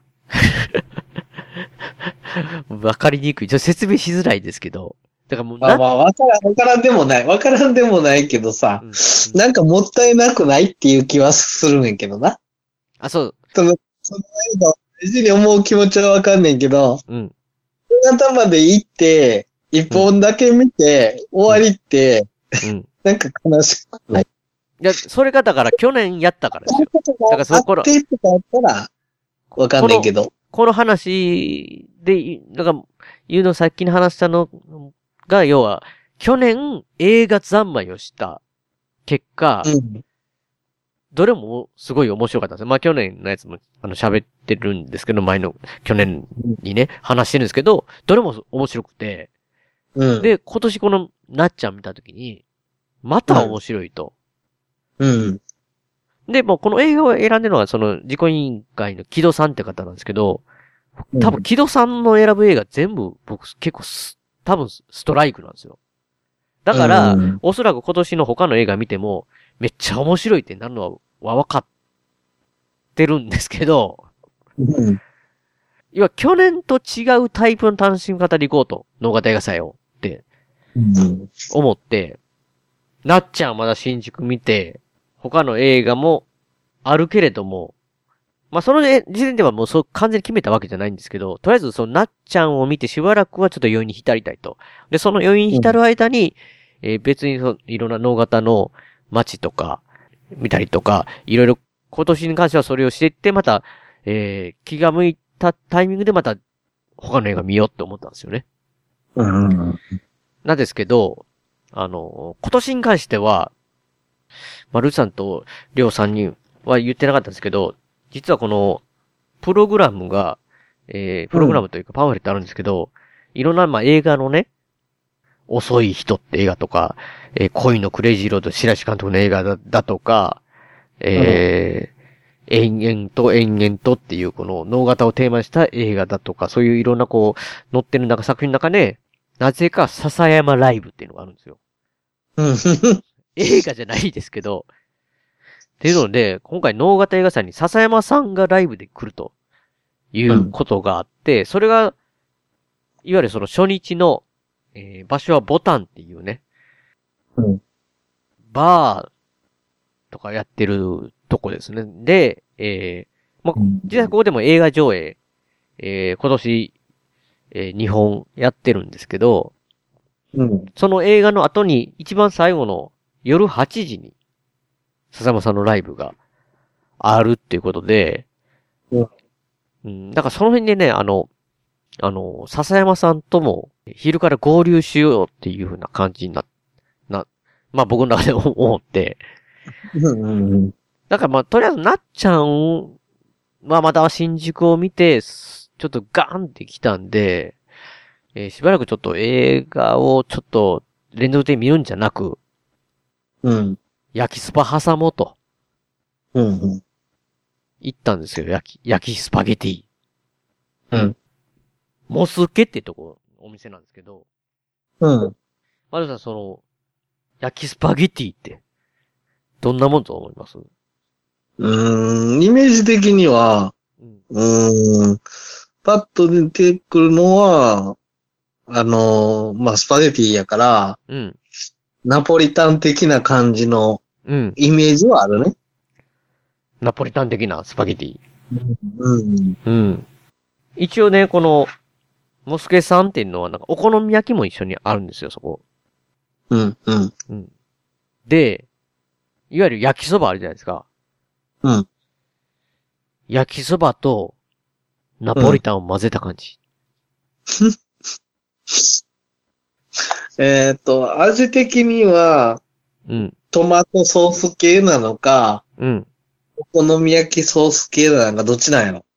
うわかりにくい。ちょっと説明しづらいですけど。だからもうまあまあ、わからん、わからんでもない。わからんでもないけどさ、うんうん、なんかもったいなくないっていう気はするねんけどな。 あ、そう。 その、その映画を大事に思う気持ちはわかんねんけど、うん。頭で行って、一本だけ見て、うん、終わりって、うん、なんか悲しくない。 いや、それがだから去年やったからですよ。だからその頃。 あってとかあったら、わかんないけど。 この、この話で、なんか、言うのさっきに話したのが、要は、去年映画三昧をした結果、うん、どれもすごい面白かったんですよ。まあ去年のやつも、あの、喋ってるんですけど、前の、去年にね、話してるんですけど、どれも面白くて、うん、で、今年このなっちゃん見たときに、また面白いと。うん。うんで、もうこの映画を選んでるのは、その、自己委員会の木戸さんって方なんですけど、多分木戸さんの選ぶ映画全部、僕結構す、多分ストライクなんですよ。だから、うん、おそらく今年の他の映画見ても、めっちゃ面白いってなるのは分かってるんですけど、うん、要は去年と違うタイプの楽しみ方でいこうと、能型映画祭をって、思って、なっちゃんまだ新宿見て、他の映画もあるけれども、まあ、その時点ではもうそう完全に決めたわけじゃないんですけど、とりあえずそのなっちゃんを見てしばらくはちょっと余韻に浸りたいと。で、その余韻に浸る間に、うん、えー、別にそいろんな能型の街とか見たりとか、いろいろ今年に関してはそれをしていって、また、えー、気が向いたタイミングでまた他の映画見ようって思ったんですよね。うん。なんですけど、あの、今年に関しては、まあ、ルーさんとリョウさんには言ってなかったんですけど、実はこの、プログラムが、えー、プログラムというかパンフレットあるんですけど、うん、いろんな、まあ、映画のね、 遅い人って映画とか、えー、恋のクレイジーロード、白石監督の映画だ、だとか、えー、うん、延々と延々とっていうこの脳型をテーマにした映画だとか、そういういろんなこう、載ってる中作品の中で、なぜか笹山ライブっていうのがあるんですよ。映画じゃないですけど、っていうので、今回脳型映画祭に笹山さんがライブで来るということがあって、うん、それが、いわゆるその初日の、えー、場所はボタンっていうね、うん、バーとかやってるとこですね。で、えー、まあ、実際ここでも映画上映、えー、今年、えー、にほんやってるんですけど、うん、その映画の後に一番最後の夜はちじに笹山さんのライブがあるっていうことで、うん。うん、だからその辺でね、あの、あの、笹山さんとも昼から合流しようっていう風な感じにな、な、まあ僕の中で思って、うんうん、だからまあとりあえずなっちゃんはまた新宿を見て、ちょっとガーンって来たんで、えー、しばらくちょっと映画をちょっと連続で見るんじゃなく、うん。焼きスパ挟もうと。うんうん。行ったんですよ、焼き、焼きスパゲティ。うん。モスケってとこ、お店なんですけど。うん。マルさん、その、焼きスパゲティって、どんなもんと思います？ うーん、イメージ的には、うん、うーん、パッと出てくるのは、あのー、まあ、スパゲティやから、うん。ナポリタン的な感じの、うん。イメージはあるね。 ナポリタン的なスパゲティ。うん。うん。一応ね、この、モスケさんっていうのは、なんか、お好み焼きも一緒にあるんですよ、そこ。うん、うん。うん。で、いわゆる焼きそばあるじゃないですか。うん。焼きそばと、ナポリタンを混ぜた感じ。 うん、えっと、味的には、うん。トマトソース系なのか、うん。お好み焼きソース系なのか、どっちなんやろ？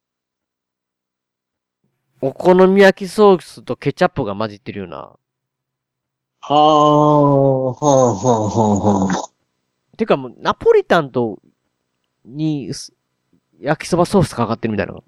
お好み焼きソースとケチャップが混じってるような。はあ、はあ、はあ、はあ。 てかもう、ナポリタンと、に、焼きそばソースかかってるみたいな。あ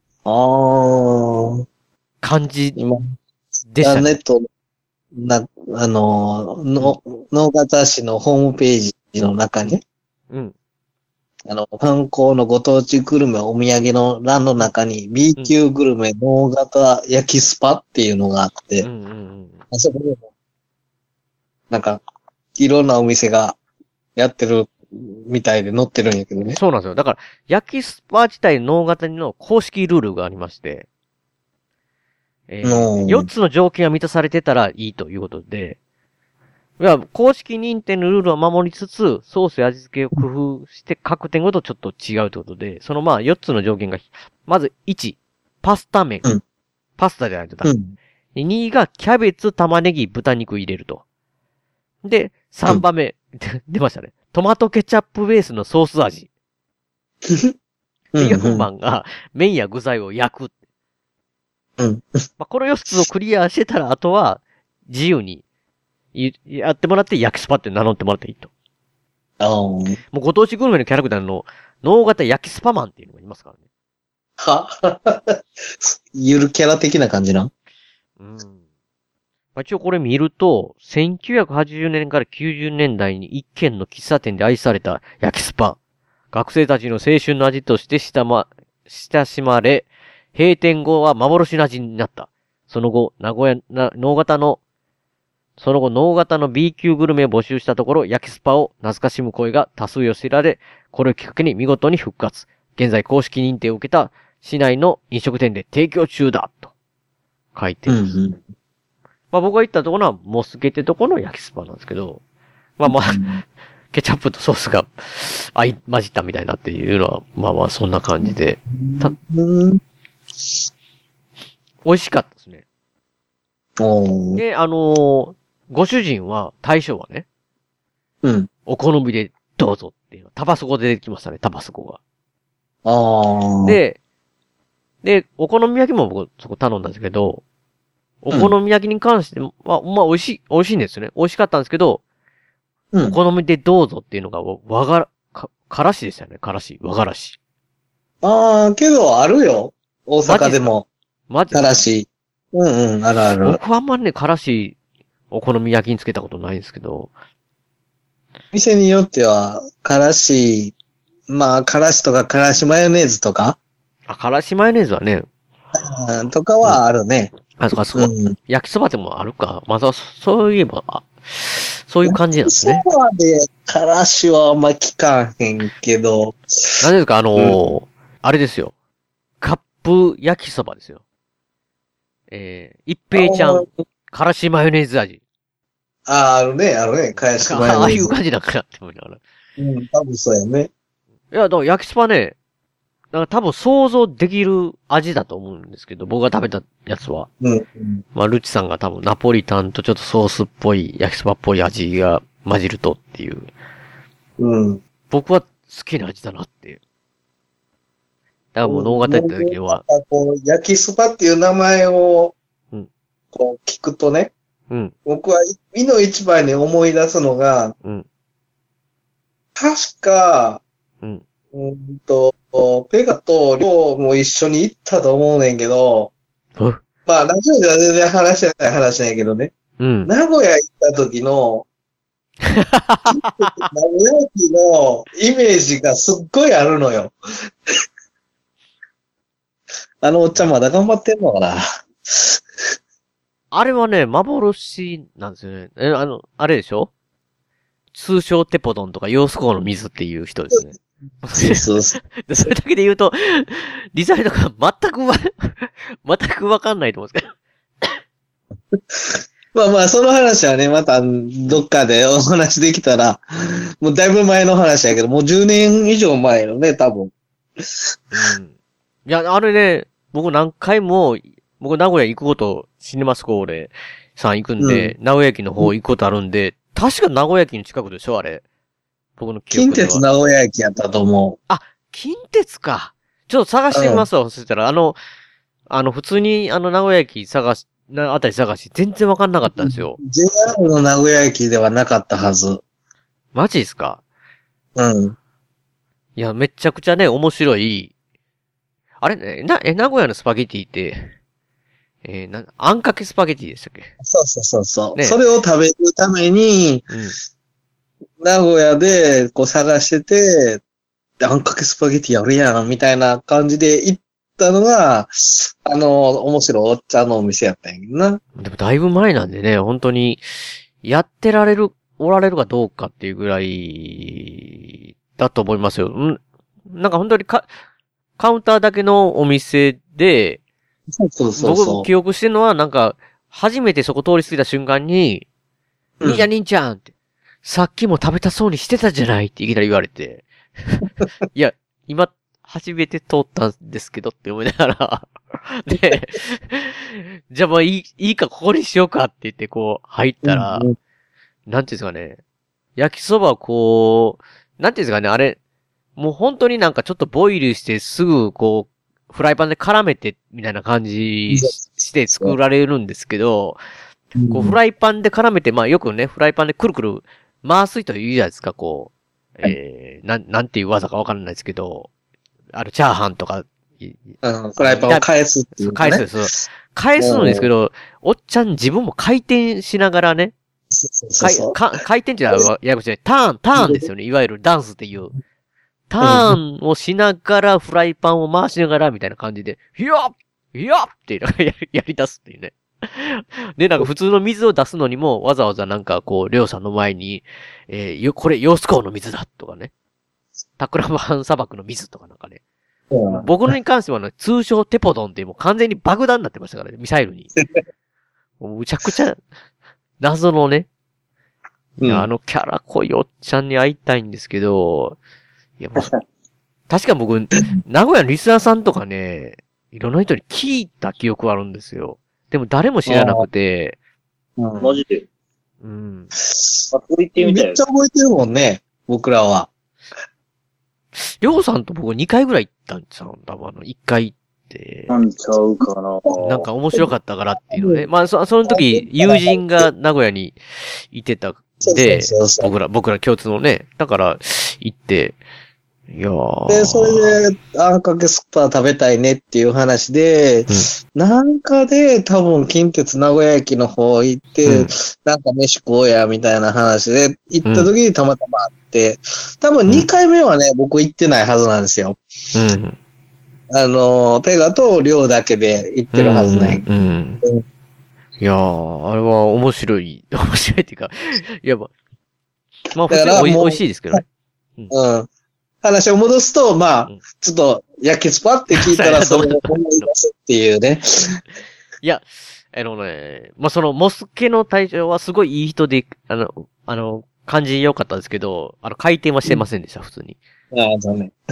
あ。感じ。今。 でしたね。ネット、な、あの、の、農型市のホームページの中に。うん。あの、観光のご当地グルメお土産の欄の中に B 級グルメ農型焼きスパっていうのがあって、うんうんうん、あそこでも、なんか、いろんなお店がやってるみたいで載ってるんやけどね。 そうなんですよ。だから、焼きスパ自体農型の公式ルールがありまして、えー、よっつの条件が満たされてたらいいということで、いや、公式認定のルールを守りつつ、ソースや味付けを工夫して各店ごとちょっと違うということで、そのまあよっつの条件が、まずいち、パスタ麺。うん、パスタじゃないとダメ。うん、にがキャベツ、玉ねぎ、豚肉入れると。で、さんばんめ、うん、出ましたね。トマトケチャップベースのソース味。で、よんばんが麺や具材を焼く。うん。まあ、このよっつをクリアしてたら、あとは自由にやってもらって焼きスパって名乗ってもらっていいと。ああ。もうご当地グルメのキャラクターの脳型焼きスパマンっていうのがいますからね。 はゆるキャラ的な感じな。うん。 まあ、一応これ見ると、せんきゅうひゃくはちじゅうねんからきゅうじゅうねんだいに一軒の喫茶店で愛された焼きスパ。学生たちの青春の味として親ま、親しまれ、閉店後は幻の味になった。その後、名古屋、な、脳型の、その後、脳型の B 級グルメを募集したところ、焼きスパを懐かしむ声が多数寄せられ、これをきっかけに見事に復活。現在公式認定を受けた市内の飲食店で提供中だ、と書いてるんです。うんうん、まあ僕が行ったところは、モスケってところの焼きスパなんですけど、まあまあ、うん、ケチャップとソースが合い混じったみたいなっていうのは、まあまあそんな感じで、たうん美味しかったですね。で、あのー、ご主人は、大将はね、うん。お好みでどうぞっていうの。タバスコで出てきましたね、タバスコが。ああ。で、で、お好み焼きも僕そこ頼んだんですけど、 お好み焼きに関して、まあ、まあ、美味しい、美味しいんですよね。美味しかったんですけど、うん、お好みでどうぞっていうのが、和がら、か、からしでしたよね。からし。和がらし。 ああ、けど、あるよ。大阪でも。マジからし。うんうん、あるある。 僕はあんまりね、からし、お好み焼きにつけたことないんですけど。 店によっては、からし、まあ、からしとか、からしマヨネーズとか。 あ、からしマヨネーズはね。 うん、とかはあるね。うん、 あ、そっか、そう。うん、焼きそばでもあるか。また、そういえば、そういう感じなんですね。 焼きそばで、からしはあんま聞かへんけど。 何ですか、あのー、うん、あれですよ。カップ焼きそばですよ。えー、一平ちゃん、からしマヨネーズ味。 ああ、あるね、あるね、からしマヨネーズ。 ああいう感じなんかなって思いながら。 うん、多分そうやね。 いや、だから焼きそばね、だから多分想像できる味だと思うんですけど、僕が食べたやつは。うん、うん。まあ、ルチさんが多分ナポリタンとちょっとソースっぽい、焼きそばっぽい味が混じるとっていう。うん。僕は好きな味だなっていう。だからもう脳型行った時は。 なんかこう、焼きそばっていう名前を、うん。こう聞くとね。うん。僕は、美の一番に思い出すのが、うん。確か、うん。うんと、ペガとリョウも一緒に行ったと思うねんけど、まあ、ラジオでは全然話してない話なんやけどね。うん。名古屋行った時の、名古屋駅のイメージがすっごいあるのよ。あのおっちゃんまだ頑張ってんのかな。 あれはね、幻なんですよね。え、あの、あれでしょ？通称テポドンとかヨースコーの水っていう人ですね。 そうそうそう。 それだけで言うと、リザルとか全くわ、全くわかんないと思うんですけど。まあまあ、その話はね、またどっかでお話できたら、もうだいぶ前の話やけど、もうじゅうねん以上前のね、多分。うん。 いや、あれね、僕何回も、僕名古屋行くこと、シネマスコーレさん行くんで、うん、名古屋駅の方行くことあるんで、確か名古屋駅の近くでしょ、あれ。僕の記憶では。 近鉄名古屋駅やったと思う。 あ、近鉄か。ちょっと探してみますわ、うん、そしたら、あの、あの、普通に、あの、名古屋駅探し、な、あたり探し、全然わかんなかったんですよ。 ジェイアール の名古屋駅ではなかったはず。 マジですか？ うん。 いや、めちゃくちゃね、面白い。あれね、な、え、名古屋のスパゲティって、えー、な、あんかけスパゲティでしたっけ？ そうそうそうそう、ね。それを食べるために、うん、名古屋でこう探してて、あんかけスパゲティあるやん、みたいな感じで行ったのが、あの、面白いおっちゃんのお店やったんやけどな。 でもだいぶ前なんでね、本当に、やってられる、おられるかどうかっていうぐらい、だと思いますよ。んなんか本当にか、カウンターだけのお店で、 そうそうそうそう。 僕記憶してるのは、なんか、初めてそこ通り過ぎた瞬間に、うん、兄ちゃん兄ちゃんって、さっきも食べたそうにしてたじゃないっていきなり言われて。いや、今、初めて通ったんですけどって思いながら。で、じゃあもういい、いいか、ここにしようかって言ってこう、入ったら、うんうん、なんていうんですかね、焼きそばこう、なんていうんですかね、あれ、もう本当になんかちょっとボイルしてすぐこう、フライパンで絡めて、みたいな感じして作られるんですけど、こうフライパンで絡めて、まあよくね、フライパンでくるくる回すと言うじゃないですか、こう、えー、なん、なんていう技かわからないですけど、あるチャーハンとか、 うん、フライパンを返すっていう、ね。 返す、そう。返すんですけど、おっちゃん自分も回転しながらね、 そうそうそうか回転っていうのはややこしい。ターン、ターンですよね。いわゆるダンスっていう。ターンをしながら、フライパンを回しながら、みたいな感じで、ひやっひやっってやり、やり出すっていうね。で、なんか普通の水を出すのにも、わざわざなんかこう、りょうさんの前に、えー、よ、これ、ヨースコーの水だとかね。タクラマハン砂漠の水とかなんかね。うん、僕のに関してはね、通称テポドンってもう完全に爆弾になってましたからね、ミサイルに。もうむちゃくちゃ、謎のね。いや、あのキャラ濃いおっちゃんに会いたいんですけど、いやもう、確か僕、名古屋のリスナーさんとかね、いろんな人に聞いた記憶はあるんですよ。でも誰も知らなくて。 うん、マジで。 うん。 あ、これ行ってみたい。めっちゃ覚えてるもんね、僕らは。 りょうさんと僕にかいぐらい行ったんですよ。多分あの、いっかい行って、 えなんちゃうかな。 なんか面白かったからっていうのね。まあ、そ、その時、友人が名古屋にいてたんで、僕ら、僕ら共通のね、だから行って、いやー。 で、それで、あんかけスーパー食べたいねっていう話で、うん、なんかで多分近鉄名古屋駅の方行って、うん、なんか飯食おうや、みたいな話で、行った時にたまたま会って、多分にかいめはね、うん、僕行ってないはずなんですよ。うん、あの、ペガとリョウだけで行ってるはずない。うんうんうん、 いやー、あれは面白い、面白いっていうか、いや、まあ、まあ、普通に美味しいですけどね。 うん。話を戻すと、まあ、うん、ちょっと、焼きスパって聞いたら、それを思い出すっていうね。 いや、あのね、まあ、その、モスケの隊長はすごいいい人で、あの、あの、感じ良かったんですけど、あの、回転はしてませんでした、うん、普通に。 ああ、残念。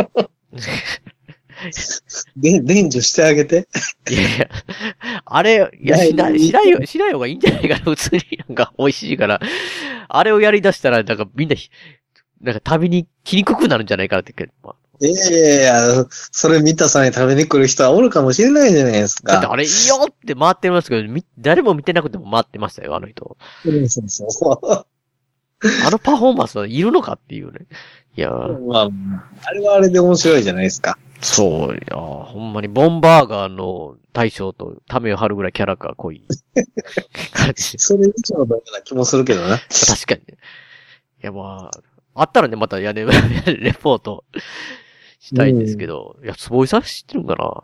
で、伝授してあげて。 いやいや、あれ、いや、しない、しないよ、しない方がいいんじゃないかな、普通になんか美味しいから。あれをやり出したら、なんかみんな、なんか旅に来にくくなるんじゃないかなって。まあ、 いやいや、それ見たさに食べに来る人はおるかもしれないじゃないですか。 だってあれいいよって回ってますけど、誰も見てなくても回ってましたよ、あの人。 そうそうそう。 あのパフォーマンスはいるのかっていうね。いやまあ、あれはあれで面白いじゃないですか。 そう、いやほんまにボンバーガーの大将とためを張るぐらいキャラが濃い感じ。 それ以上のような気もするけどな。 確かにね。いやまあ、あったらね、またやね、レポートしたいんですけど、うん、いや、坪井さん知ってるんかな？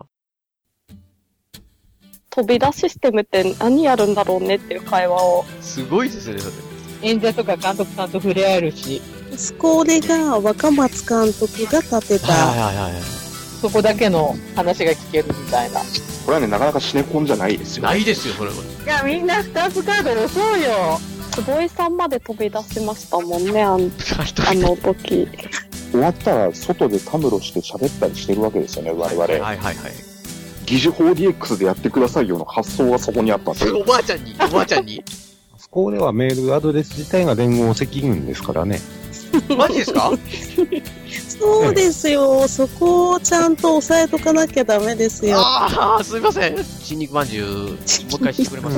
飛び出システムって何やるんだろうねっていう会話を。 すごいですね、それ。 演者とか監督さんと触れ合えるし。 スコーレが若松監督が立てた。 はいはいはいはい。 そこだけの話が聞けるみたいな。これはね、なかなかシネコンじゃないですよ。 ないですよ、それは。 いや、みんな二つカード押そうよ。 坪井さんまで飛び出しましたもんね、あの、あの時。 終わったら外でたむろして喋ったりしてるわけですよね、我々。はいはいはい。 疑似 フォーディーエックス でやってくださいよの発想がそこにあったんで。 おばあちゃんに、おばあちゃんに。 そこではメールアドレス自体が連合赤軍ですからね。 マジですか？ そうですよ。そこをちゃんと押さえとかなきゃダメですよ。 ああ、すみません。新肉まんじゅう、もう一回してくれます？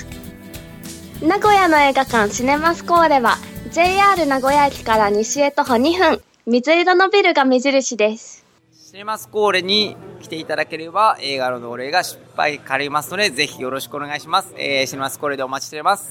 名古屋の映画館シネマスコーレは ジェイアール 名古屋駅から西へ徒歩にふん、水色のビルが目印です。 シネマスコーレに来ていただければ映画の同例が失敗かりますので、ぜひよろしくお願いします。えー、シネマスコーレでお待ちしております。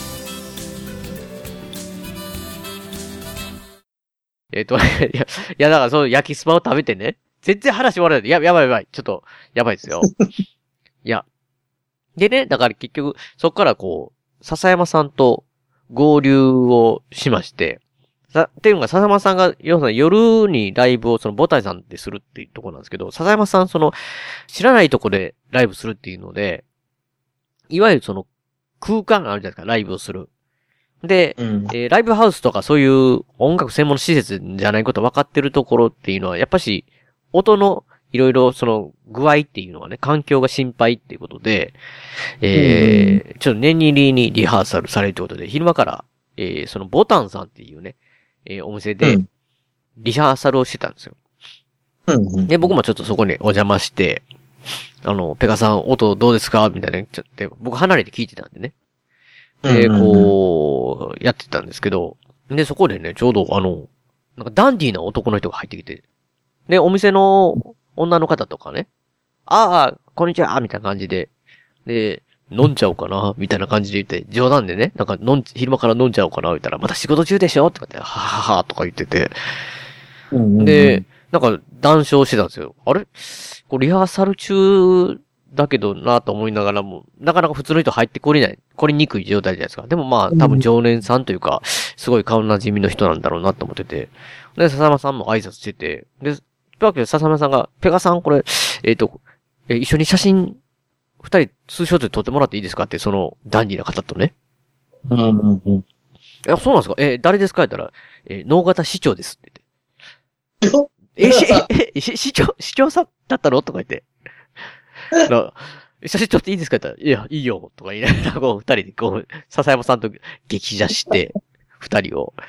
えっと、いや、いや、だからそう、焼きスパを食べてね。全然話終わらないで。や、やばいやばい。ちょっと、やばいですよ。いや。でね、だから結局、そっからこう、笹山さんと合流をしまして、さ、っていうのが笹山さんが、要するに夜にライブをそのボタイさんでするっていうところなんですけど、笹山さんその、知らないとこでライブするっていうので、いわゆるその、空間があるじゃないですか、ライブをする。で、うん、えー、ライブハウスとかそういう音楽専門の施設じゃないこと分かってるところっていうのは、やっぱし、音のいろいろその具合っていうのはね、環境が心配っていうことで、えー、うん、ちょっと念入りにリハーサルされるということで、昼間から、えー、そのボタンさんっていうね、えー、お店で、リハーサルをしてたんですよ。うん、で、僕もちょっとそこにお邪魔して、あの、ペガさん音どうですかみたいな、ちょっと、僕離れて聞いてたんでね。で、こう、やってたんですけど、で、そこでね、ちょうどあの、なんかダンディーな男の人が入ってきて、で、お店の女の方とかね、ああ、こんにちはみたいな感じで、で、飲んじゃおうかなみたいな感じで言って、冗談でね、なんか飲ん、昼間から飲んじゃおうかな言ったら、また仕事中でしょとかって、はははとか言ってて、で、なんか談笑してたんですよ。あれこれリハーサル中、だけどなと思いながらも、なかなか普通の人入ってこれない、来れにくい状態じゃないですか。でもまあ、多分常連さんというか、すごい顔なじみの人なんだろうなと思ってて。で、笹山さんも挨拶してて、で、というわけで笹山さんが、ペガさんこれ、えっと、え、一緒に写真、二人、ツーショットで撮ってもらっていいですかって、その、ダンディーな方とね。うんうんうん。え、そうなんですかえ、誰ですかって言ったら、え、能形市長ですって言って。え、し、え、え、市長、市長さんだったのとか言って。な写真撮っていいですかって言ったら、いや、いいよ、とか言いながら、こう、二人で、こう、笹山さんと激写して、二人を。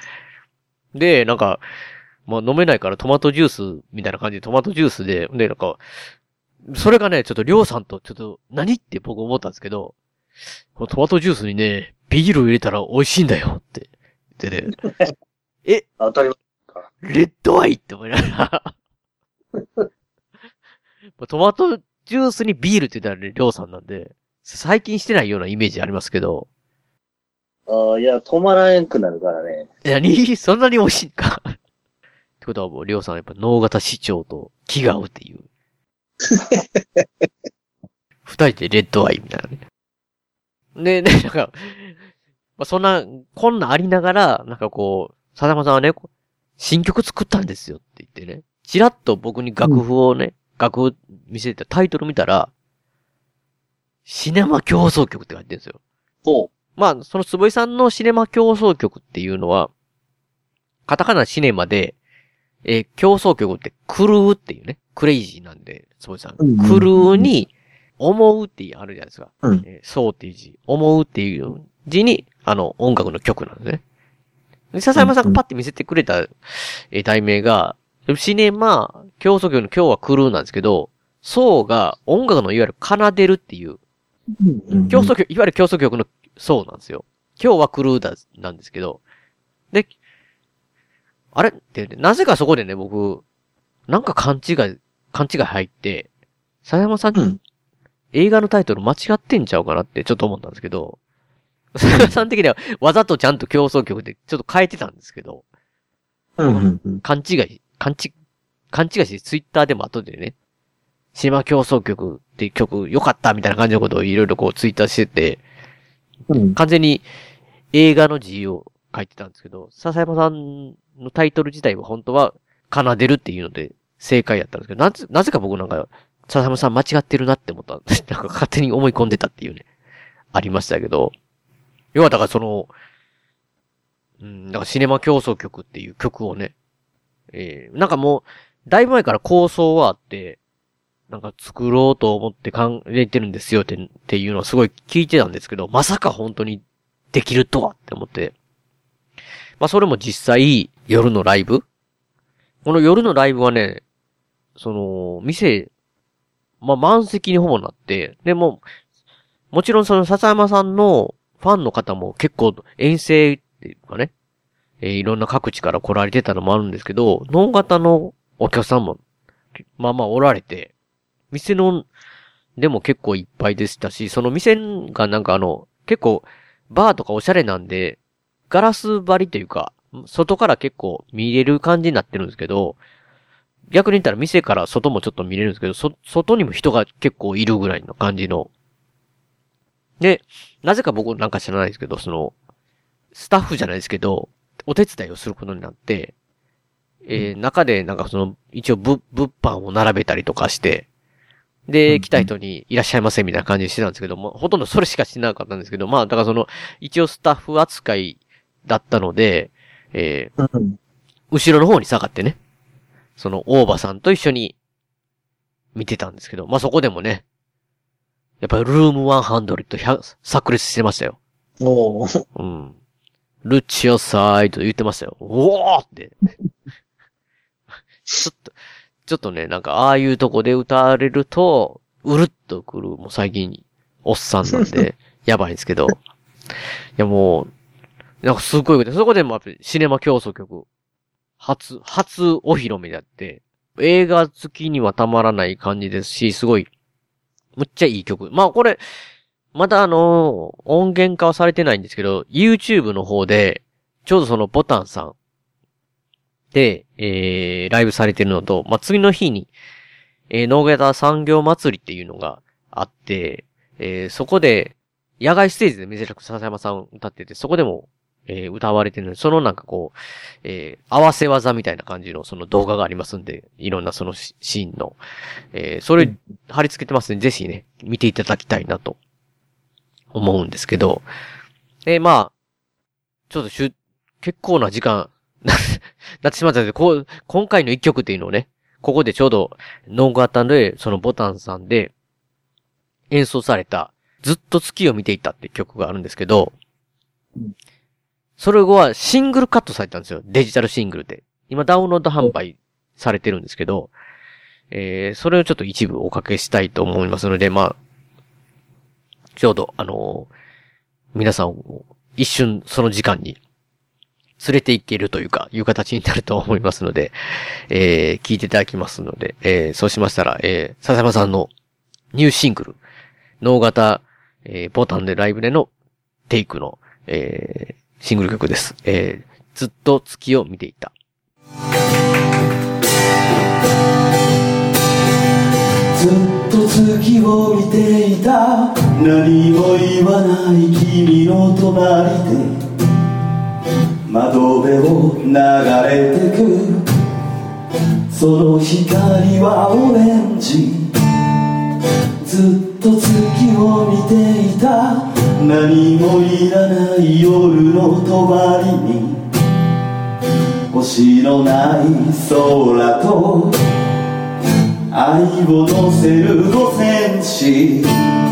で、なんか、まあ、飲めないからトマトジュース、みたいな感じで、トマトジュースで、で、なんか、 それがね、ちょっとりょうさんとちょっと何って僕思ったんですけど、このトマトジュースにね、ビールを入れたら美味しいんだよって言ってね。え当たり前レッドワインって思いながら。トマトジュースにビールって言ったらね、りょうさんなんで、最近してないようなイメージありますけど。 ああ、いや、止まらんくなるからね。 何そんなに美味しいんかってことはもう、りょうさんやっぱ脳型市長と気が合うっていう。二人でレッドワインみたいなね。で、ね、なんか、まあ、そんな、こんなありながら、なんかこう、さだまさんはね、新曲作ったんですよって言ってね、ちらっと僕に楽譜をね、うん、楽譜見せてタイトル見たら、シネマ競争曲って書いてるんですよ。 ほう。 まあ、その坪井さんのシネマ競争曲っていうのは、カタカナシネマで、えー、競争曲ってクルーっていうね、クレイジーなんで、坪井さん。うんうんうん、クルーに、思うっていうあるじゃないですか。うん、えー、そうっていう字。思うっていう字に、あの、音楽の曲なんですね。で、笹山さんがパッて見せてくれた、えー、題名が、シネマ、競争曲の今日はクルーなんですけど、そうが音楽のいわゆる奏でるっていう、うんうんうん、競争曲、いわゆる競争曲のそうなんですよ。今日はクルーだ、なんですけど、で、あれって、なぜかそこでね、僕、なんか勘違い、勘違い入って、笹山さん、うん、映画のタイトル間違ってんちゃうかなってちょっと思ったんですけど、笹山さん的にはわざとちゃんと競争曲でちょっと変えてたんですけど、うんうんうん、勘違い、勘違い、勘違いしてツイッターでも後でね、シネマ競争曲って曲良かったみたいな感じのことをいろいろこうツイッターしてて、うん、完全に映画の字を書いてたんですけど、笹山さんのタイトル自体は本当は奏でるっていうので正解やったんですけど、なぜ、なぜか僕なんか、笹山さん間違ってるなって思った。なんか勝手に思い込んでたっていうね、ありましたけど、要はだからその、うん、だからシネマ競争曲っていう曲をね、えー、なんかもう、だいぶ前から構想はあって、なんか作ろうと思って考えてるんですよって、っていうのをすごい聞いてたんですけど、まさか本当にできるとはって思って。まあそれも実際、夜のライブこの夜のライブはね、その、店、まあ満席にほぼなって、でも、もちろんその笹山さんのファンの方も結構遠征っていうかね、えー、いろんな各地から来られてたのもあるんですけど、ノン型のお客さんも、まあまあおられて、店の、でも結構いっぱいでしたし、その店がなんかあの、結構、バーとかおしゃれなんで、ガラス張りというか、外から結構見れる感じになってるんですけど、逆に言ったら店から外もちょっと見れるんですけど、そ、外にも人が結構いるぐらいの感じの。で、なぜか僕なんか知らないですけど、その、スタッフじゃないですけど、お手伝いをすることになって、えー、中でなんかその、一応物、物販を並べたりとかして、で、来た人にいらっしゃいませみたいな感じにしてたんですけども、ほとんどそれしかしてなかったんですけど、まあ、だからその、一応スタッフ扱いだったので、えーうん、後ろの方に下がってね、その、大場さんと一緒に見てたんですけど、まあそこでもね、やっぱりルームひゃく炸裂してましたよ。 おー。 うん。ルチオサイと言ってましたよ。おーって。ちょっと、ちょっとね、なんか、ああいうとこで歌われると、うるっとくる、もう最近、おっさんなんで、やばいんですけど。いやもう、なんかすごいことで、そこでもやっぱりシネマ競争曲、初、初お披露目であって、映画好きにはたまらない感じですし、すごい、むっちゃいい曲。まあこれ、まだあの、音源化はされてないんですけど、YouTube の方で、ちょうどそのボタンさんで、えー、ライブされてるのと、まあ、次の日に、えー、農型産業祭りっていうのがあって、えー、そこで、野外ステージで珍しく笹山さん歌ってて、そこでも、えー、歌われてるので、そのなんかこう、えー、合わせ技みたいな感じのその動画がありますんで、いろんなそのシーンの、えー、それ貼り付けてますんで、ぜひね、見ていただきたいなと思うんですけど、えー、まあ、ちょっとしゅ、結構な時間、なってしまったので、こう、今回の一曲っていうのをね、ここでちょうど、ノン型で、そのボタンさんで、演奏された、ずっと月を見ていたって曲があるんですけど、それ後はシングルカットされたんですよ。デジタルシングルで。今ダウンロード販売されてるんですけど、 えー、それをちょっと一部おかけしたいと思いますので、まあ、ちょうど、あのー、皆さんを一瞬その時間に連れて行けるというか、いう形になると思いますので、えー、聞いていただきますので、えー、そうしましたら、えー、笹山さんのニューシングル、脳型、えー、ボタンでライブでのテイクの、えー、シングル曲です。えー、ずっと月を見ていた。 ずっと月を見ていた、何も言わない君の隣で窓辺を流れてく、その光はオレンジ。ずっと月を見ていた、何もいらない夜の帳に星のない空と愛を乗せるごセンチ、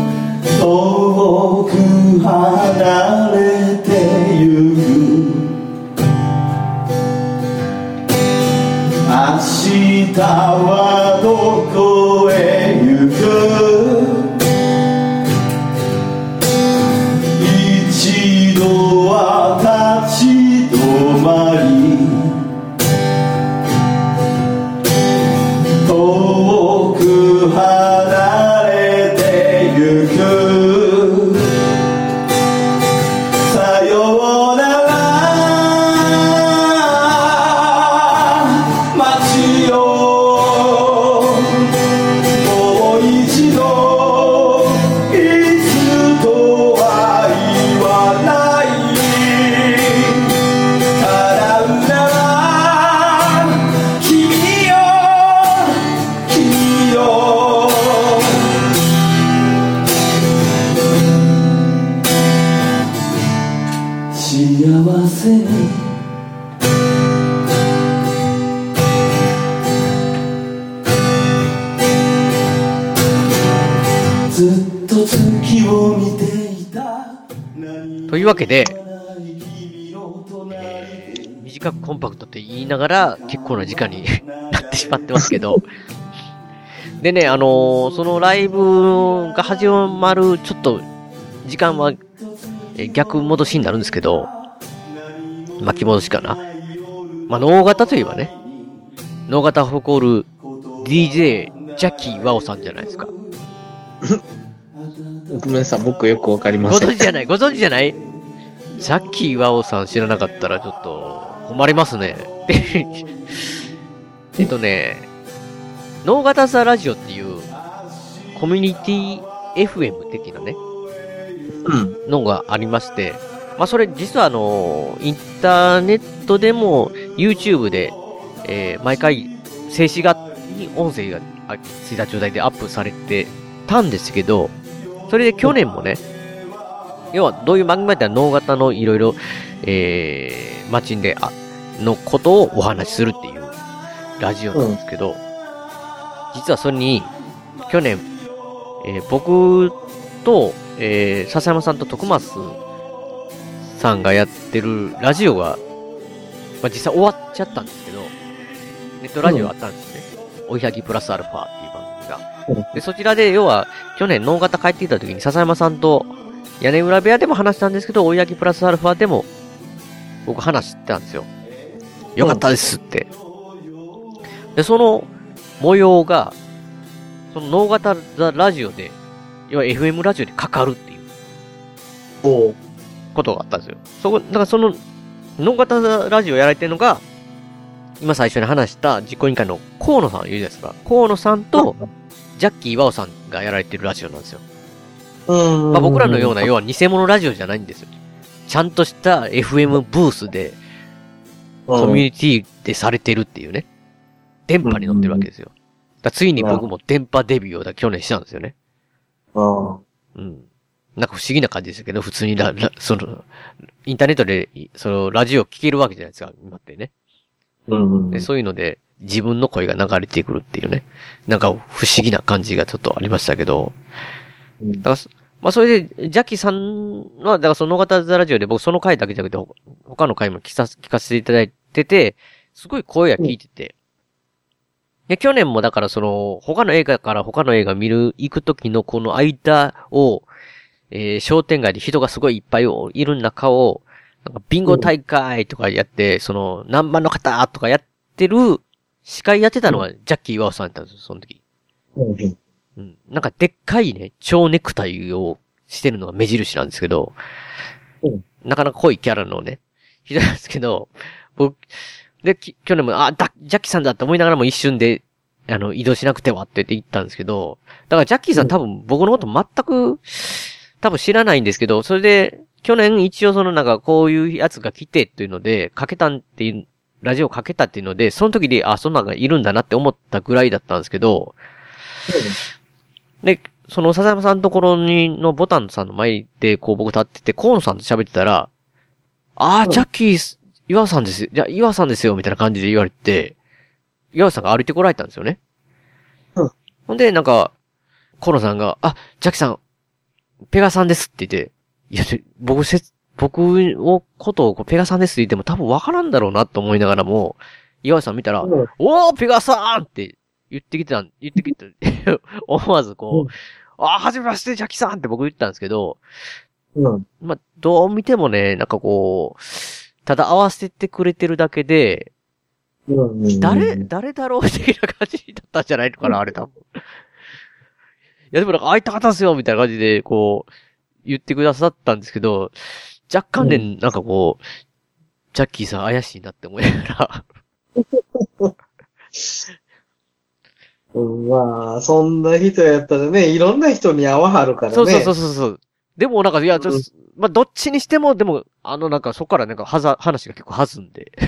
遠く離れてゆく。明日はどこへ行く、一度は立ち止まり、遠く離れてゆく。さようなら街よ、もう一度いつとは言わない。叶うなら君よ君よ。幸せにずっと月を見ていた。 というわけで、えー、短くコンパクトって言いながら結構な時間になってしまってますけど、でね、あのー、そのライブが始まるちょっと時間は、えー、逆戻しになるんですけど、巻き戻しかな。まあ、脳型といえばね、脳型を誇る ディージェー ジャッキー・ワオさんじゃないですか。 ごめんなさい、僕よくわかりません。 ご存知じゃないご存知じゃないジャッキー・ワオさん知らなかったらちょっと困りますね。えっとね、脳型ザラジオっていうコミュニティ エフエム 的なね、うん、のがありまして、まあそれ実はあの、インターネットでも YouTube で、えー、毎回静止画に音声がついた状態でアップされてたんですけど、それで去年もね、要はどういう番組だったら脳型のいろいろ、えー、マッチンで、あ、のことをお話しするっていうラジオなんですけど、うん、実はそれに、去年、えー、僕と、えー、笹山さんと徳松さんがやってるラジオが、まあ、実際終わっちゃったんですけど、ネットラジオあったんですね。うん、おいはぎプラスアルファっていう番組が。で、そちらで、要は、去年脳型帰ってきた時に笹山さんと屋根裏部屋でも話したんですけど、おいはぎプラスアルファでも僕話してたんですよ。よかったですって。で、その模様が、その脳型ラジオで、要は エフエム ラジオでかかるっていう、ことがあったんですよ。そこ、だからその脳型ラジオやられてるのが、今最初に話した実行委員会の河野さん言うじゃないですか。河野さんと、ジャッキー・ワオさんがやられてるラジオなんですよ。うん。まあ僕らのような、要は偽物ラジオじゃないんですよ。ちゃんとした エフエム ブースで、コミュニティでされてるっていうね。電波に乗ってるわけですよ。だついに僕も電波デビューをだ去年したんですよね。うん。うん。なんか不思議な感じですけど、普通にラ、ラ、その、インターネットで、その、ラジオ聞けるわけじゃないですか、今ってね。うん。で、そういうので、自分の声が流れてくるっていうね。なんか不思議な感じがちょっとありましたけど。だから、まあそれで、ジャッキーさんは、だからその脳型ザラジオで僕その回だけじゃなくて、他の回も聞か聞かせていただいてて、すごい声が聞いてて、 で、去年もだからその、他の映画から他の映画見る、行くときのこの間を、えー、商店街で人がすごいいっぱいいる中を、なんかビンゴ大会とかやって、うん、その、何番の方とかやってる、司会やってたのはジャッキー岩尾さんやったんですよ、その時。うん。うん。なんかでっかいね、蝶ネクタイをしてるのが目印なんですけど、うん、なかなか濃いキャラのね、人なんですけど、僕、で、去年も、あ、だ、ジャッキーさんだって思いながらも一瞬で、あの、移動しなくてはって言ったんですけど、だからジャッキーさん多分僕のこと全く、多分知らないんですけど、それで、去年一応そのなんかこういうやつが来てっていうので、かけたんっていう、ラジオかけたっていうので、その時で、あ、そんなのがいるんだなって思ったぐらいだったんですけど、で、その笹山さんのところに、のボタンさんの前でこう僕立ってて、河野さんと喋ってたら、あー、ジャッキー、岩尾さんですよ。じゃあ、岩尾さんですよ、みたいな感じで言われて、岩尾さんが歩いてこられたんですよね。うん。ほんで、なんか、河野さんが、あ、ジャッキーさん、ペガさんですって言って、いや、僕せ、僕を、ことをペガさんですって言っても多分わからんだろうなと思いながらも、岩尾さん見たら、うん、おー、ペガさんって言ってきてた、言ってきて、思わずこう、うん、あー、はじめまして、ジャッキーさんって僕言ったんですけど、うん。まあ、どう見てもね、なんかこう、ただ合わせてくれてるだけで、うん、誰、誰だろう的な感じだったんじゃないのかな、あれ多分。いや、でもなんか会いたかったんですよ、みたいな感じで、こう、言ってくださったんですけど、若干ね、うん、なんかこう、ジャッキーさん怪しいなって思いながら。 うん、まあ、そんな人やったらね、いろんな人に会わはるからね。 そうそうそうそう。でもなんか、いや、ちょっと、うん、まあ、どっちにしても、でも、あの、なんか、そこからなんか、はざ、話が結構弾んで。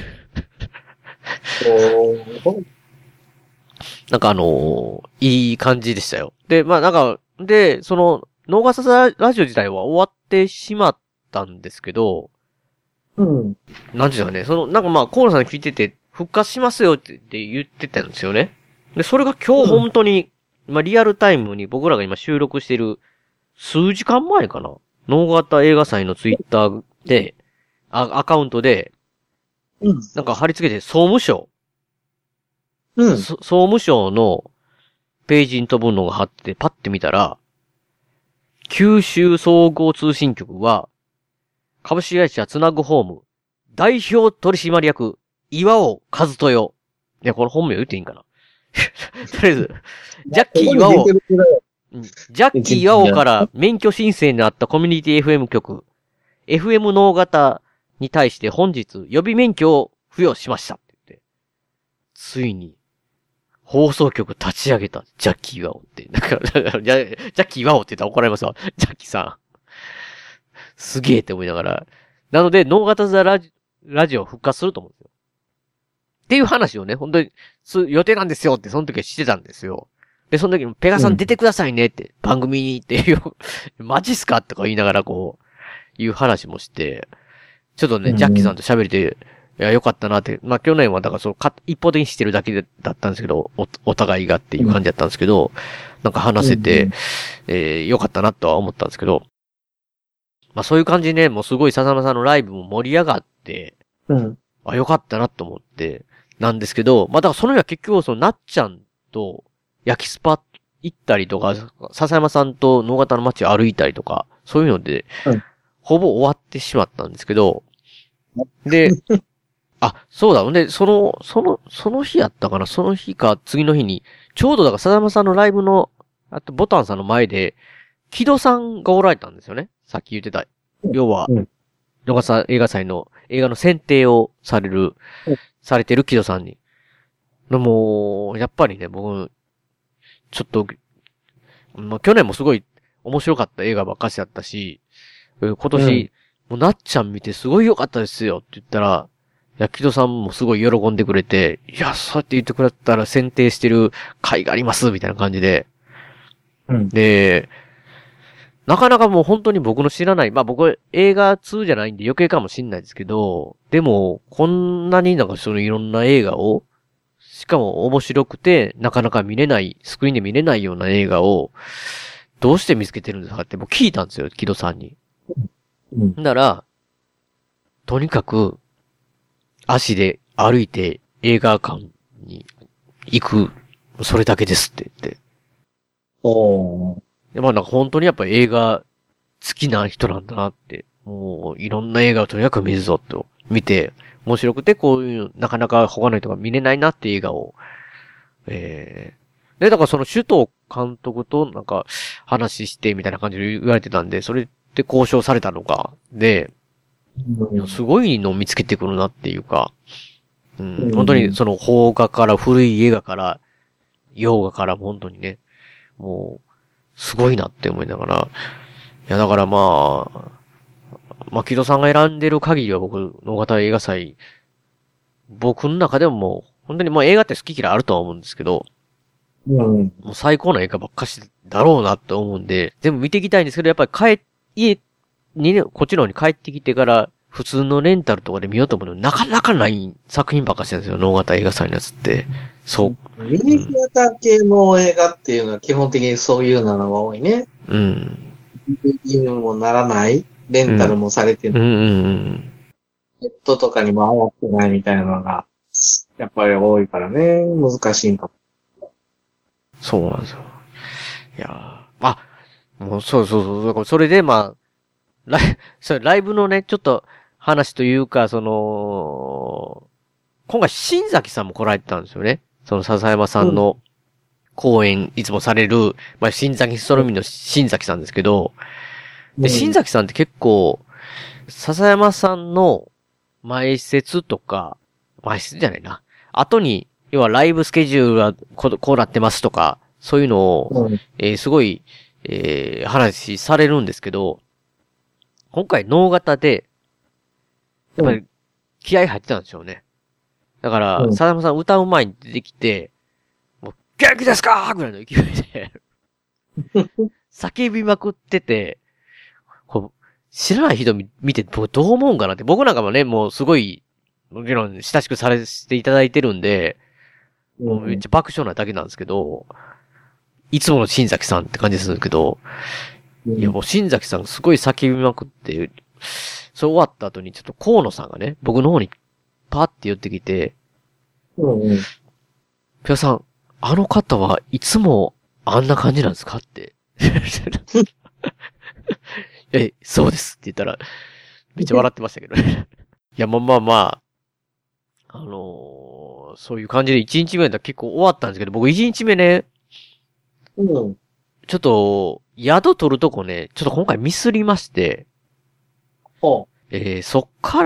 なんかあのー、いい感じでしたよ。で、まあなんか、で、その、ノーガサラジオ自体は終わってしまったんですけど、うん。なんですかね、その、なんかまあ、河野さんに聞いてて、復活しますよって言ってたんですよね。で、それが今日本当に、うん、まあリアルタイムに僕らが今収録してる、数時間前かな、ノーガタ映画祭のツイッターで、あ、アカウントで、うん。なんか貼り付けて、総務省。うん。総務省のページに飛ぶのが貼って、パッて見たら、九州総合通信局は、株式会社つなぐホーム、代表取締役、岩尾和豊。いや、この本名言っていいんかなとりあえず、ジャッキー岩尾、ジャッキー岩尾から免許申請になったコミュニティ エフエム 局、エフエム ノーガタに対して本日予備免許を付与しましたって言って、ついに放送局立ち上げたジャッキー岩尾って、だからジャッキー岩尾って言ったら怒られますわ。ジャッキーさんすげえって思いながら、なのでノーガタザラジラジオ復活すると思うんですよっていう話をね、本当にす予定なんですよってその時はしてたんですよ。でその時もペガさん出てくださいねって、うん、番組にっていうマジっすかとか言いながらこういう話もして、ちょっとね、ジャッキーさんと喋れて、いや、よかったなって。まあ、去年は、だから、その、か、一方的にしてるだけだったんですけど、お、お互いがっていう感じだったんですけど、なんか話せて、うん、えー、よかったなとは思ったんですけど、まあ、そういう感じでね、もうすごい笹山さんのライブも盛り上がって、うん。あ、よかったなと思って、なんですけど、まあ、だからその日は結局、その、なっちゃんと、焼きスパ行ったりとか、笹山さんと野方の街を歩いたりとか、そういうので、うん、ほぼ終わってしまったんですけど、で、あ、そうだ。で、その、その、その日やったかな、その日か次の日に、ちょうどだから、笹山さんのライブの、あと、ボタンさんの前で、木戸さんがおられたんですよね。さっき言ってた。要は、野方映画祭の映画の選定をされる、されてる木戸さんに。でも、やっぱりね、僕、ちょっと、まあ、去年もすごい面白かった映画ばっかしだったし、今年、うん、もうなっちゃん見てすごい良かったですよって言ったら、いや、木戸さんもすごい喜んでくれて、いや、そうやって言ってくれたら選定してる回があります、みたいな感じで。うん、で、なかなかもう本当に僕の知らない、まあ僕映画通じゃないんで余計かもしんないですけど、でも、こんなになんかそのいろんな映画を、しかも面白くて、なかなか見れない、スクリーンで見れないような映画を、どうして見つけてるんですかって僕聞いたんですよ、木戸さんに。うん。なら、とにかく、足で歩いて映画館に行くそれだけですって言って。 おー。 で、まあなんか本当にやっぱ映画好きな人なんだなって。もういろんな映画をとにかく見るぞと見て、面白くてこういうなかなか他の人が見れないなって映画を、えー、で、だからその首藤監督となんか話してみたいな感じで言われてたんで、それで交渉されたのか。で、うん、すごいのを見つけてくるなっていうか、うん、うん、本当にその邦画から古い映画から洋画から本当にね、もうすごいなって思いながら、いやだからまあ、まあ、木戸さんが選んでる限りは僕、能形映画祭、僕の中でももう、本当にもう映画って好き嫌いあるとは思うんですけど、 うん、 もう最高な映画ばっかしだろうなって思うんで、全部見ていきたいんですけど、やっぱり帰、家にね、こっちの方に帰ってきてから、普通のレンタルとかで見ようと思うのなかなかない作品ばっかしなんですよ、能形映画祭のやつって。そう。 ミニシアター系の映画っていうのは基本的にそういうのが多いね。 うん。 にもならない。レンタルもされてる。 うんうんうん。 ネットとかにも上がってないみたいなのが、やっぱり多いからね、難しいんかも。 そうなんですよ。いやー、あ、もうそうそうそう、だからそれでまあ、ライ、それライブのね、ちょっと話というか、その、今回新崎さんも来られてたんですよね。その笹山さんの公演、いつもされる、まあ新崎ストロミの新崎さんですけど、で、新崎さんって結構、笹山さんの前説とか、前説じゃないな。後に、要はライブスケジュールはこう、こうなってますとか、そういうのを、うん、えー、すごい、えー、話されるんですけど、今回能形で、やっぱり気合入ってたんですよね。だから、うん、笹山さん歌う前に出てきて、もう、元気ですかーぐらいの勢いで、叫びまくってて、こう知らない人見てどう思うんかなって。僕なんかもね、もうすごい、もちろん親しくされていただいてるんで、うん、もうめっちゃ爆笑なだけなんですけど、いつもの新崎さんって感じするんですけど、うん、いやもう新崎さんすごい叫びまくって、そう終わった後にちょっと河野さんがね、僕の方にパーって寄ってきて、 うんうん、 ぴょさん、あの方はいつもあんな感じなんですかって。え、そうですって言ったら、めっちゃ笑ってましたけどね。いや、まあまあまあ、あのー、そういう感じでいちにちめだ結構終わったんですけど、僕いちにちめね、 うん、 ちょっと、宿取るとこね、ちょっと今回ミスりまして、 ほう。 えー、そっから、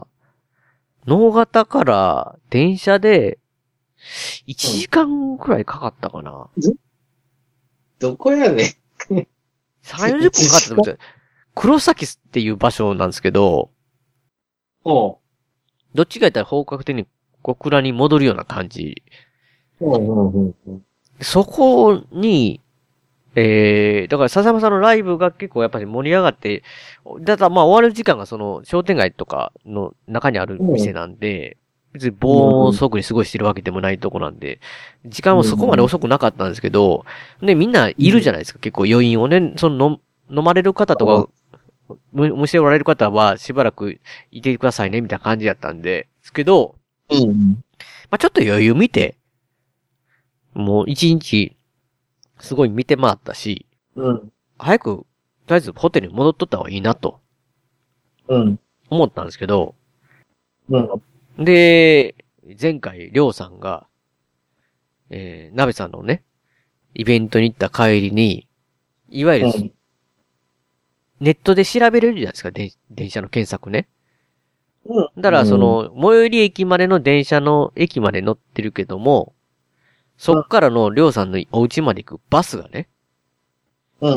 能形から電車で、いちじかんくらいかかったかな。 うん、どこやねん。 さんじゅう、よんじゅっぷんかかってたんですよ。黒崎っていう場所なんですけど、 ほう。どっちか言ったら本格的に小倉に戻るような感じ。 うんうんうんうん、 そこに、えー、だから笹山さんのライブが結構やっぱり盛り上がって、だからまあ終わる時間がその商店街とかの中にある店なんで、うん別に暴走に過ごしてるわけでもないとこなんで、時間もそこまで遅くなかったんですけど、で、みんないるじゃないですか、結構余韻をね、その飲、飲まれる方とか、むしておられる方はしばらくいてくださいね、みたいな感じだったんで、ですけど、 うん、 まあちょっと余裕見て、もう一日、すごい見て回ったし、 うん、 早く、とりあえずホテルに戻っとった方がいいなと、 うん、 思ったんですけど、 うん、 で、前回、りょうさんが、えー、なべさんのね、イベントに行った帰りに、いわゆる、うん、ネットで調べれるじゃないですか、で電車の検索ね。 うん。 だから、その、最寄り駅までの電車の駅まで乗ってるけども、そっからのりょうさんのお家まで行くバスがね、 うん。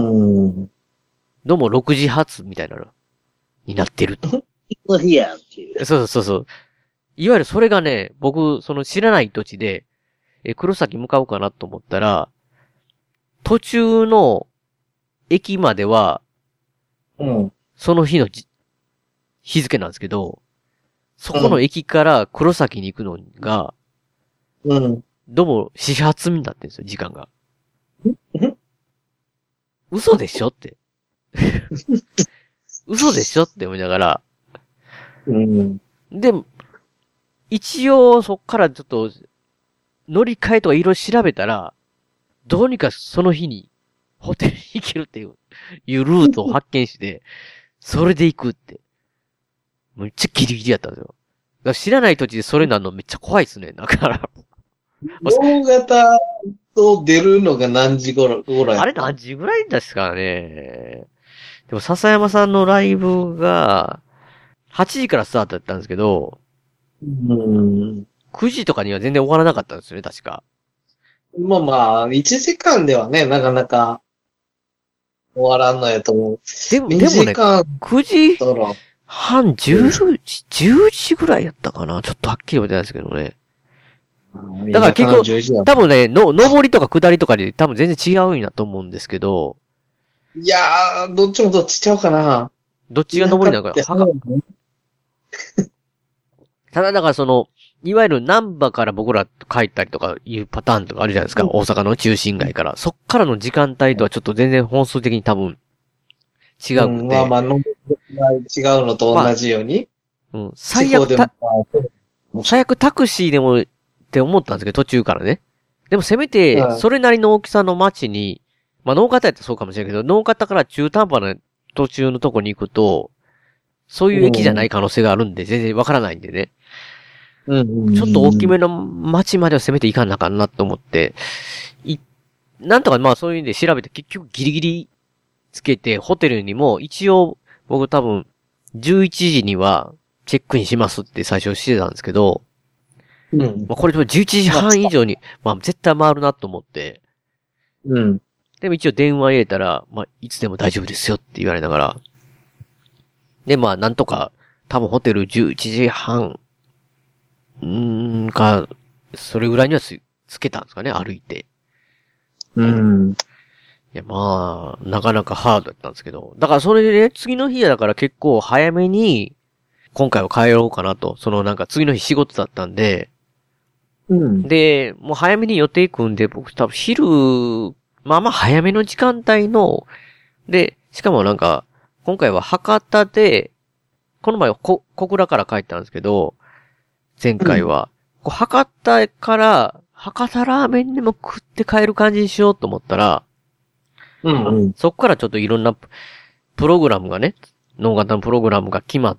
どうもろくじ発みたいなのになってると。そうそうそう。いわゆるそれがね、僕、その知らない土地で、え、黒崎向かうかなと思ったら、途中の駅までは、 うん。 その日のじ日付なんですけど、そこの駅から黒崎に行くのが、 うん。 どうも始発になってるんですよ、時間が。嘘でしょって。嘘でしょって思いながら。 うん。 で、一応そっからちょっと、 乗り換えとかいろいろ調べたら、どうにかその日にホテルに行けるっていう、いうルートを発見して、それで行くって。めっちゃギリギリやったんですよ。だから知らない土地でそれなのめっちゃ怖いっすね。だから。 大型と出るのが何時頃ぐらい？ あれ何時ぐらいですかね。でも笹山さんのライブが、はちじからスタートだったんですけど、 うん、 くじとかには全然終わらなかったんですよね、確か。 まあまあ、いちじかんではね、なかなか終わらんのやと思う。 でも、でもね、くじはん、じゅうじ、じゅうじぐらいやったかな。ちょっとはっきり覚えてないですけどね。だから結構、多分ね、の、上りとか下りとかで多分全然違うんやと思うんですけど。 いやー、どっちもどっちちゃうかな。 どっちが上りなのか。ただだからその、いわゆる南波から僕ら帰ったりとかいうパターンとかあるじゃないですか。うん、大阪の中心街から。そっからの時間帯とはちょっと全然本数的に多分違うくて。うん、 まあまあ、違うのと同じように。 まあ、うん。最悪た、最悪タクシーでもって思ったんですけど、途中からね。でもせめて、それなりの大きさの街に、まあ農家やったらそうかもしれないけど、農家から中途半端な途中のとこに行くと、そういう駅じゃない可能性があるんで、全然わからないんでね。うん、ちょっと大きめの街までは攻めていかなあかんなと思って、い、なんとかまあそういうんで調べて結局ギリギリつけて、ホテルにも一応僕多分じゅういちじにはチェックインしますって最初してたんですけど、うん。まあこれでもじゅういちじはん以上に、まあ絶対回るなと思って、うん。でも一応電話入れたら、まあいつでも大丈夫ですよって言われながら、でまあなんとか多分ホテルじゅういちじはん、うーんか、それぐらいにはつ、つけたんですかね、歩いて。うん。いや、まあ、なかなかハードだったんですけど。だからそれでね、次の日やだから結構早めに、今回は帰ろうかなと。そのなんか次の日仕事だったんで。うん。で、もう早めに予定組んで、僕多分昼、まあまあ早めの時間帯の、で、しかもなんか、今回は博多で、この前はこ小倉から帰ったんですけど、前回は、うん、こう博多から、博多ラーメンでも食って帰る感じにしようと思ったら、うんうん、そこからちょっといろんなプログラムがね、脳型のプログラムが決まって、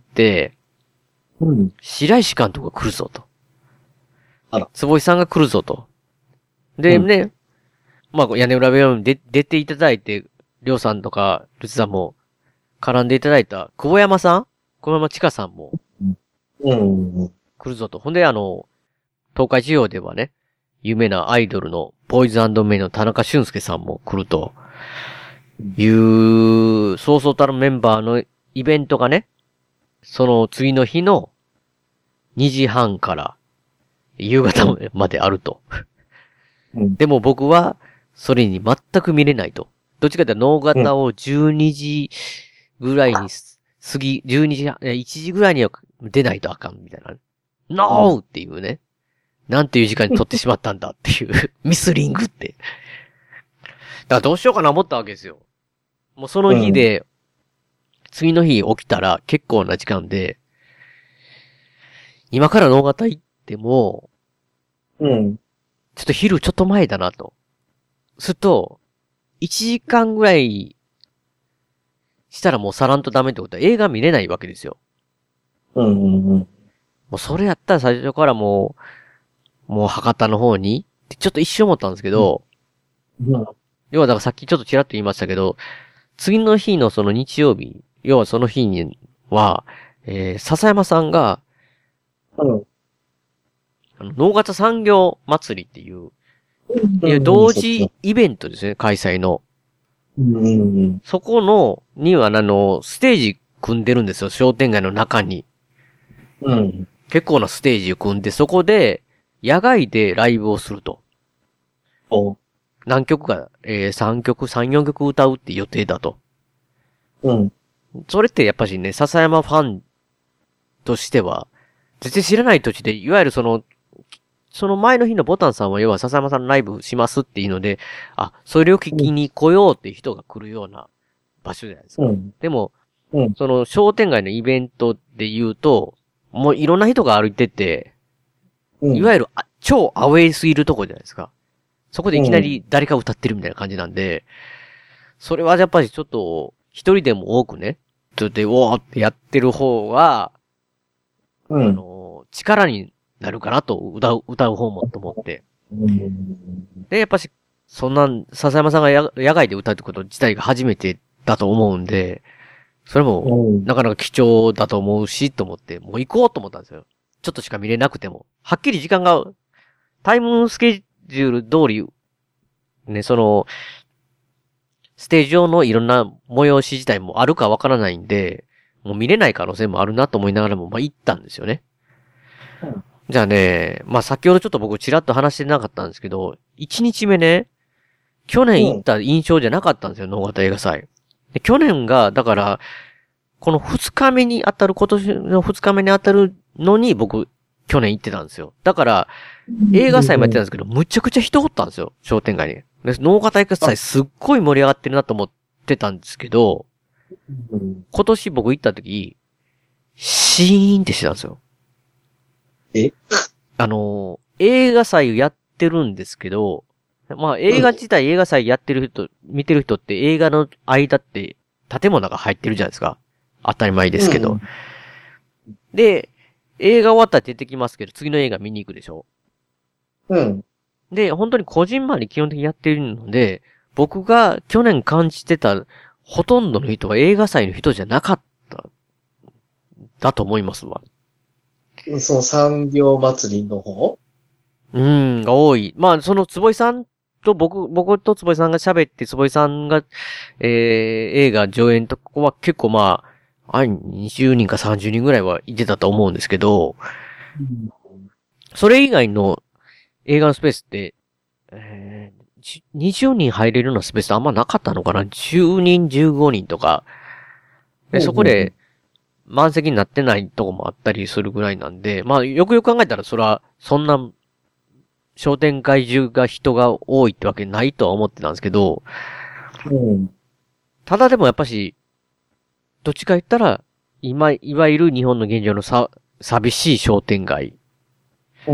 うん、白石監督が来るぞと。あら。坪井さんが来るぞと。で、うん、ね、まあ、屋根裏部屋に出、出ていただいて、りょうさんとか、ルチさんも絡んでいただいた、久保山さん久保山千佳さんも、うん。来るぞと。ほんで、あの、東海地方ではね、有名なアイドルのボーイズ&メイの田中俊介さんも来るという、そうそうたるメンバーのイベントがね、その次の日のにじはんから夕方まであると。うん、でも僕はそれに全く見れないと。どっちかというと脳型をじゅうにじぐらいに過ぎ、じゅうにじ、いちじぐらいには出ないとあかんみたいな。ノーっていうね。なんていう時間に撮ってしまったんだっていう。ミスリングって。だからどうしようかな思ったわけですよ。もうその日で、うん、次の日起きたら結構な時間で、今から脳型行っても、うん。ちょっと昼ちょっと前だなと。すると、いちじかんぐらいしたらもうさらんとダメってことは映画見れないわけですよ。うんうんうん。もうそれやったら最初からもう、もう博多の方にってちょっと一瞬思ったんですけど、うん、要はだからさっきちょっとちらっと言いましたけど、次の日のその日曜日、要はその日には、えー、笹山さんが、うん、あの、能型産業祭りっていう、うん、同時イベントですね、開催の。うん、そこの、にはあの、ステージ組んでるんですよ、商店街の中に。うん、結構なステージを組んで、そこで、野外でライブをすると。お何曲か、えー、さんきょく、さん、よんきょく歌うって予定だと。うん。それってやっぱしね、笹山ファンとしては、全然知らない土地で、いわゆるその、その前の日のボタンさんは要は笹山さんのライブしますっていうので、あ、それを聞きに来ようっていう人が来るような場所じゃないですか。うん、でも、うん、その商店街のイベントで言うと、もういろんな人が歩いてて、うん、いわゆる超アウェイすぎるとこじゃないですか。そこでいきなり誰か歌ってるみたいな感じなんで、それはやっぱりちょっと、一人でも多くね、ちょっとで、おーってやってる方が、うん、あの、力になるかなと、歌う、歌う方もと思って。うん、で、やっぱし、そんな、笹山さんがや野外で歌うってこと自体が初めてだと思うんで、それも、なかなか貴重だと思うし、と思って、もう行こうと思ったんですよ。ちょっとしか見れなくても。はっきり時間が、タイムスケジュール通り、ね、その、ステージ上のいろんな催し自体もあるかわからないんで、もう見れない可能性もあるなと思いながらも、まあ行ったんですよね。うん、じゃあね、まあ先ほどちょっと僕ちらっと話してなかったんですけど、いちにちめね、去年行った印象じゃなかったんですよ、能形映画祭。で去年が、だから、このふつかめに当たる、今年のふつかめに当たるのに僕、去年行ってたんですよ。だから、映画祭もやってたんですけど、むちゃくちゃ人おったんですよ、商店街に。で能形映画祭すっごい盛り上がってるなと思ってたんですけど、今年僕行った時、シーンってしてたんですよ。 えあの、映画祭やってるんですけど、まあ映画自体映画祭やってる人、見てる人って映画の間って建物が入ってるじゃないですか。当たり前ですけど。うん、で、映画終わったら出てきますけど、次の映画見に行くでしょ。 うん。 で、本当に個人前に基本的にやってるので、僕が去年感じてたほとんどの人は映画祭の人じゃなかった、だと思いますわ。 その産業祭りの方うん、が多い。まあ、その坪井さんと僕、僕と坪井さんが喋って、坪井さんが、えー、映画上演とこは結構まあ、あ、にじゅうにんかさんじゅうにんぐらいはいてたと思うんですけど、うん、それ以外の映画のスペースって、えー、にじゅうにん入れるようなスペースってあんまなかったのかな ?じゅうにん、じゅうごにんとか。で、そこで満席になってないとこもあったりするぐらいなんで、まあ、よくよく考えたらそら、そんな、商店街中が人が多いってわけないとは思ってたんですけど、うん、ただでもやっぱし、どっちか言ったら、今、いわゆる日本の現状のさ、寂しい商店街。うん。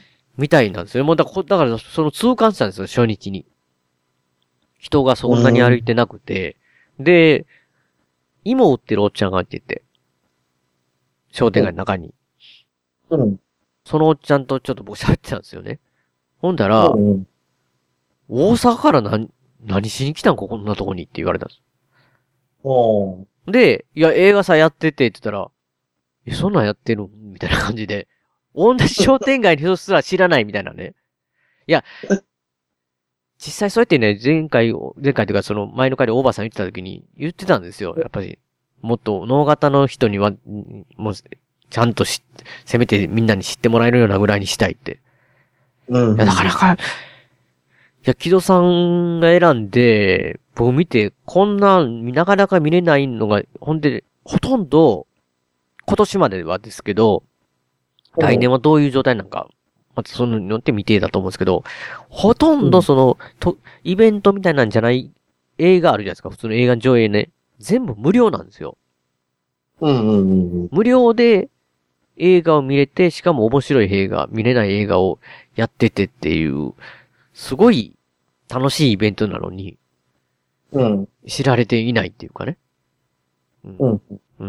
みたいなんですよ。もうだから、だからその痛感したんですよ、初日に。人がそんなに歩いてなくて。うん、で、芋売ってるおっちゃんが入ってて。商店街の中に。うん。そのおっちゃんとちょっと僕喋ってたんですよね。ほんだら、うん、大阪から何、何しに来たんこんなとこにって言われたんです。おー。で、いや、映画祭やっててって言ったら、え、そんなんやってるみたいな感じで、同じ商店街の人すら知らないみたいなね。いや、実際そうやってね、前回、前回というかその前の回で大場さん言ってた時に言ってたんですよ。やっぱり、もっと能形の人には、もう、ちゃんとし、せめてみんなに知ってもらえるようなぐらいにしたいって。うん。いや、だからか、いや、木戸さんが選んで、僕見て、こんな、なかなか見れないのが、ほんで、ほとんど、今年まではですけど、来年はどういう状態なんか、またそののって見てだと思うんですけど、ほとんどその、と、イベントみたいなんじゃない映画あるじゃないですか、普通の映画上映ね。全部無料なんですよ。うんうんうん。無料で映画を見れて、しかも面白い映画、見れない映画をやっててっていう、すごい楽しいイベントなのに、うん。知られていないっていうかね。うん。うん。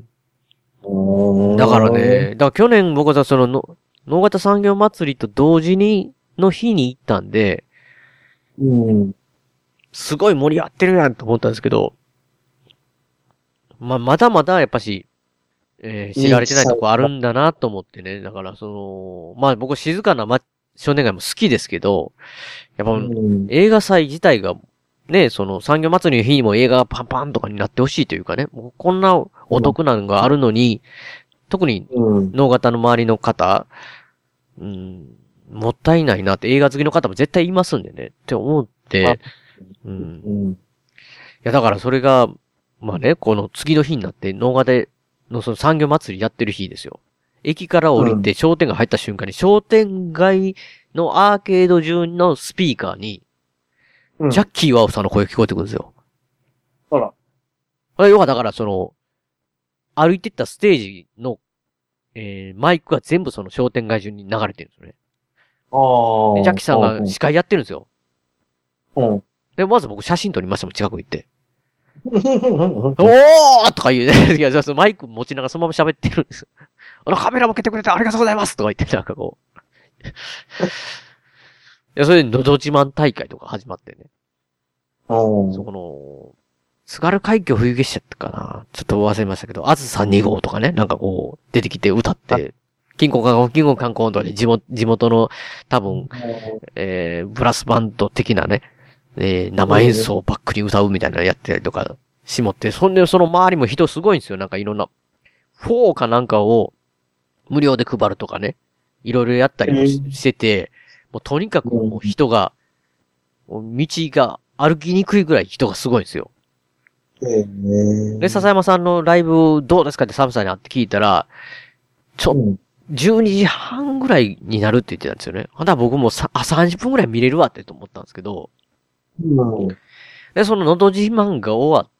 うん、だからね、だから去年僕はそのの、能形産業祭りと同時に、の日に行ったんで、うん。すごい盛り上がってるやんと思ったんですけど、まあ、まだまだやっぱし、えー、知られてないとこあるんだなと思ってね。だからその、まあ僕静かな、ま、少年街も好きですけど、やっぱ、うん、映画祭自体が、ね、その産業祭りの日にも映画がパンパンとかになってほしいというかね、もうこんなお得なのがあるのに、うん、特に能形の周りの方、うん、もったいないなって映画好きの方も絶対いますんでね、って思って、うん、うん。いやだからそれが、まあね、この次の日になって能形のその産業祭りやってる日ですよ。駅から降りて商店街入った瞬間に、商店街のアーケード中のスピーカーに、うん、ジャッキー・ワオさんの声が聞こえてくるんですよ。 あら。 あれ、要はだからその、歩いてったステージの、えー、マイクが全部その商店街中に流れてるんですよね。 あでジャッキーさんが司会やってるんですよ。 うん。 で、まず僕写真撮りましたもん、近く行って。おーとか言うね。いや、そうマイク持ちながらそのまま喋ってるんですよ。あのカメラ向けてくれてありがとうございますとか言って、なんかこう。いや、それで、のど自慢大会とか始まってね。そこの、津軽海峡冬月謝ってかな。ちょっと忘れましたけど、あずさに号とかね、なんかこう、出てきて歌って、キンコンカンコン、キンコンカンコンとかで地元、地元の多分、えー、ブラスバンド的なね、えー、生演奏をバックに歌うみたいなのやってたりとか、しもって、そんでその周りも人すごいんですよ。なんかいろんな、フォーかなんかを無料で配るとかね、いろいろやったりも し,、してて、もうとにかくもう人が、道が歩きにくいぐらい人がすごいんですよ。で、笹山さんのライブどうですかってサムさんに会って聞いたら、ちょ、じゅうにじはんぐらいになるって言ってたんですよね。あ、だ僕もさ、あ、さんじゅっぷんぐらい見れるわってと思ったんですけど、うん、で、そののど自慢が終わって、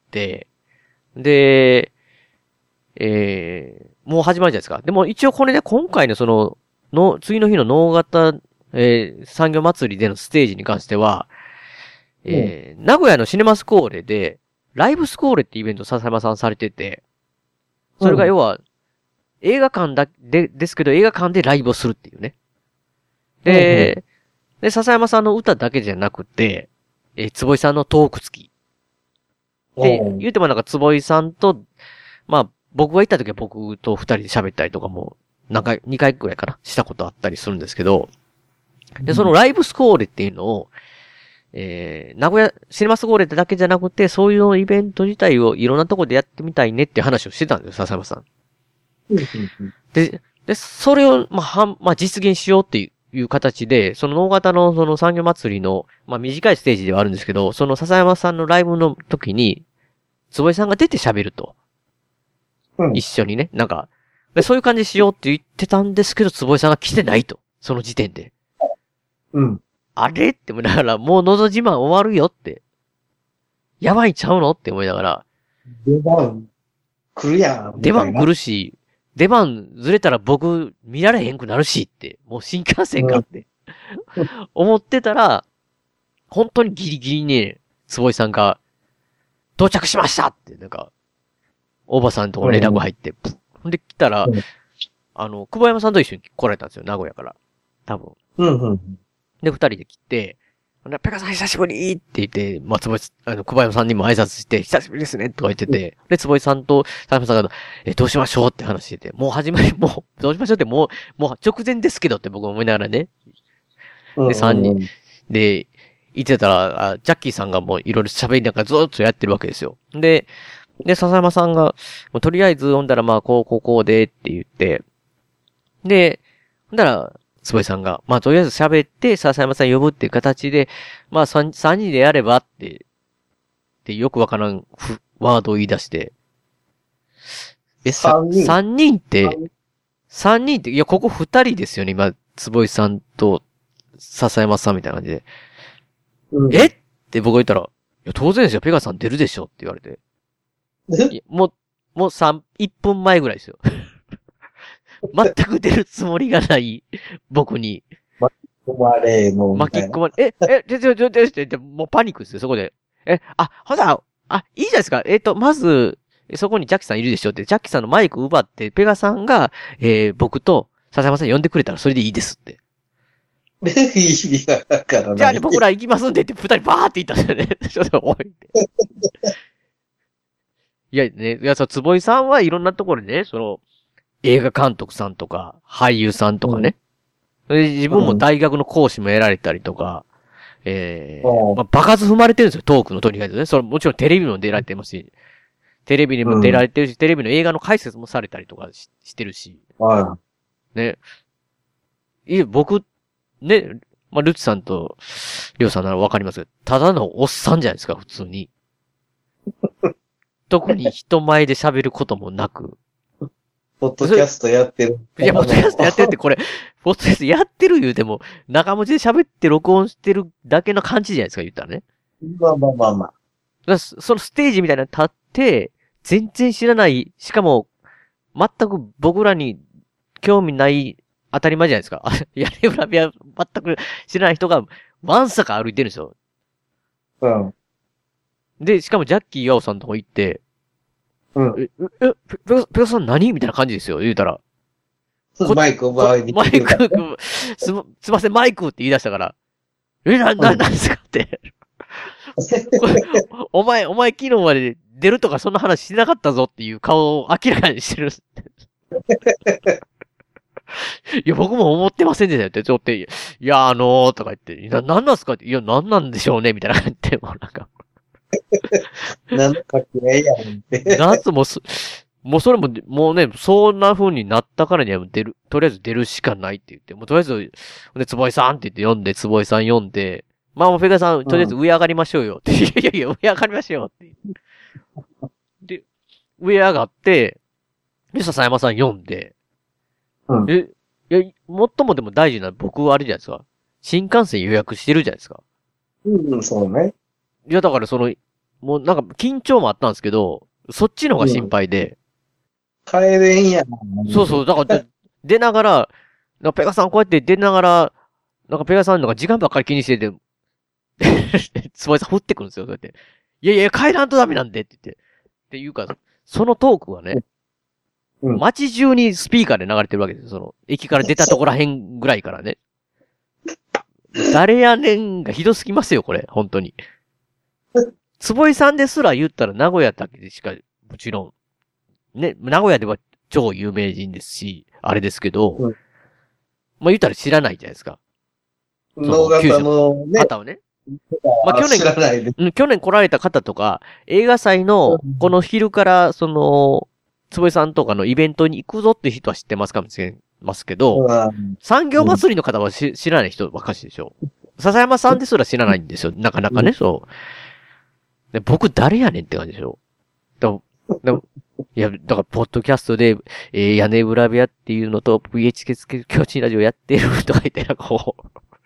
で、えー、もう始まるじゃないですか。でも一応これね、今回のその、の、次の日の能型、えー、産業祭りでのステージに関しては、えー、うん、名古屋のシネマスコーレで、ライブスコーレってイベント笹山さんされてて、それが要は、映画館だ、で、ですけど映画館でライブをするっていうね。で、うん、で、笹山さんの歌だけじゃなくて、えー、坪井さんのトーク付き。で、うん、言うてもなんか坪井さんと、まあ、僕が行った時は僕と二人で喋ったりとかも、なんかにかいくらいかな、したことあったりするんですけど、で、そのライブスコーレっていうのを、えー、名古屋、シネマスコーレってだけじゃなくて、そういうイベント自体をいろんなところでやってみたいねっていう話をしてたんですよ、笹山さん。で、で、それを、まあ、はん、まあ、実現しようっていう形で、その能型のその産業祭りの、まあ、短いステージではあるんですけど、その笹山さんのライブの時に、坪井さんが出て喋ると。うん、一緒にね、なんか、で、そういう感じしようって言ってたんですけど、坪井さんが来てないと。その時点で。うん。あれって思いながら、もうのど自慢終わるよって。やばいちゃうのって思いながら。 出番来るやん。 出番来るし、出番ずれたら僕見られへんくなるしって。もう新幹線かって。うん、思ってたら、本当にギリギリにね、坪井さんが、到着しましたって、なんか、おばさんとこ連絡入って、プッ。ほんで来たら、うん、あの、久保山さんと一緒に来られたんですよ、名古屋から。多分。うんうん。で、二人で来て、ペカさん久しぶりって言って、まあ、つぼい、あの、久保山さんにも挨拶して、久しぶりですねとか言ってて、で、つぼいさんと、さやさんが、え、どうしましょうって話してて、もう始まり、もう、どうしましょうって、もう、もう直前ですけどって僕思いながらね。で、三人、で、言ってたら、あジャッキーさんがもういろいろ喋りながらずっとやってるわけですよ。で、で、笹山さんが、もうとりあえず読んだらまあ、こう、こう、こうでって言って、で、ほんだら、坪井さんが、まあ、とりあえず喋って、笹山さん呼ぶっていう形で、まあ、三、三人でやればって、で、よくわからん、ワードを言い出して、え、三人三人って、三人って、いや、ここ二人ですよね、今、坪井さんと、笹山さんみたいな感じで。うん、えって僕が言ったら、いや、当然ですよ、ペガさん出るでしょって言われて。もう、もう三、一分前ぐらいですよ。全く出るつもりがない僕に。 巻き込まれの。 巻き込まれ、え、え、ちょ、ちょ、ちょ、ちょ、ちょ、もうパニックですよ、そこで。え、あ、ほんだ、あ、いいじゃないですか。えっと、まず、そこにジャッキさんいるでしょって、ジャッキさんのマイク奪って、ペガさんが、えー、僕と笹山さん呼んでくれたらそれでいいですって。 意味がわからない。 じゃあね、僕ら行きますんでって二人バーって言ったんだよね。ちょっと、おい。いやね、いや、そう、坪井さんはいろんなところでね、その、映画監督さんとか、俳優さんとかね。うん、自分も大学の講師もやられたりとか、うん、えー、まあ、爆発踏まれてるんですよ、トークのとにかくね。それもちろんテレビも出られてますし、テレビにも出られてるし、うん、テレビの映画の解説もされたりとか し, してるし。はい。ね。いや、僕、ね、まあ、ルチさんと、リョウさんならわかりますけど、ただのおっさんじゃないですか、普通に。特に人前で喋ることもなく。 ポッドキャストやってる。 いや、ポッドキャストやってるってこれ、ポッドキャストやってる言うても、中文字で喋って録音してるだけの感じじゃないですか、言ったらね。 まあまあまあまあ。 だそのステージみたいなの立って、全然知らない、しかも、全く僕らに興味ない当たり前じゃないですか。屋根裏部屋全く知らない人が、わんさか歩いてるんですよ。 うん。 で、しかもジャッキー岩尾さんのとこ行って、 うん。 え、え、ペコ、ペコさん何みたいな感じですよ、言うたら。 マイクを奪いにマイク、す、すいません、マイクって言い出したから、え、な、な、なんですかって。お前、お前昨日まで出るとかそんな話してなかったぞっていう顔を明らかにしてる。いや、僕も思ってませんでしたよって、ちょっと、いや、あのー、とか言って、な、なんなんすかって、いや、なんなんでしょうねみたいな感じで、もうなんか。 なんか嫌いやんって。 夏もす、もうそれも、もうね、そんな風になったからには出る、とりあえず出るしかないって言って、もうとりあえず、で、坪井さんって言って読んで、坪井さん読んで、まあもうフェガさん、とりあえず上上がりましょうよって、うん、いやいやいや、上上がりましょうって。で、上上がって、で、笹山さん読んで、 うん、 え、いや、最もでも大事な僕はあれじゃないですか。新幹線予約してるじゃないですか。 うん、そうね。 いや、だからその、もうなんか緊張もあったんですけど、そっちの方が心配で。 うん、帰れんやん。 そうそう、だから出ながら、なんかペガさんこうやって出ながら、なんかペガさんのが時間ばっかり気にしてて、つぼいさん降ってくるんですよ、そうやって。いやいや、帰らんとダメなんでって言って。っていうか、そのトークはね、うん、街中にスピーカーで流れてるわけですよ。その、駅から出たとこら辺ぐらいからね。誰やねんがひどすぎますよ、これ、本当に。坪井さんですら言ったら名古屋だけでしか、もちろん、ね、名古屋では超有名人ですし、あれですけど、うん、まあ言ったら知らないじゃないですか。 能型のね。 方をね。まあ去年、去年来られた方とか、映画祭のこの昼からその、坪井さんとかのイベントに行くぞって人は知ってますかもしれますけど、うん、産業祭りの方はし、うん、知らない人ばっかしでしょ。笹山さんですら知らないんですよ。なかなかね、うん、そう。で僕誰やねんって感じでしょ。だだいや、だから、ポッドキャストで、えー、屋根裏部屋っていうのと、ブイエイチケー 教師ラジオやってるとか言って、なんかこ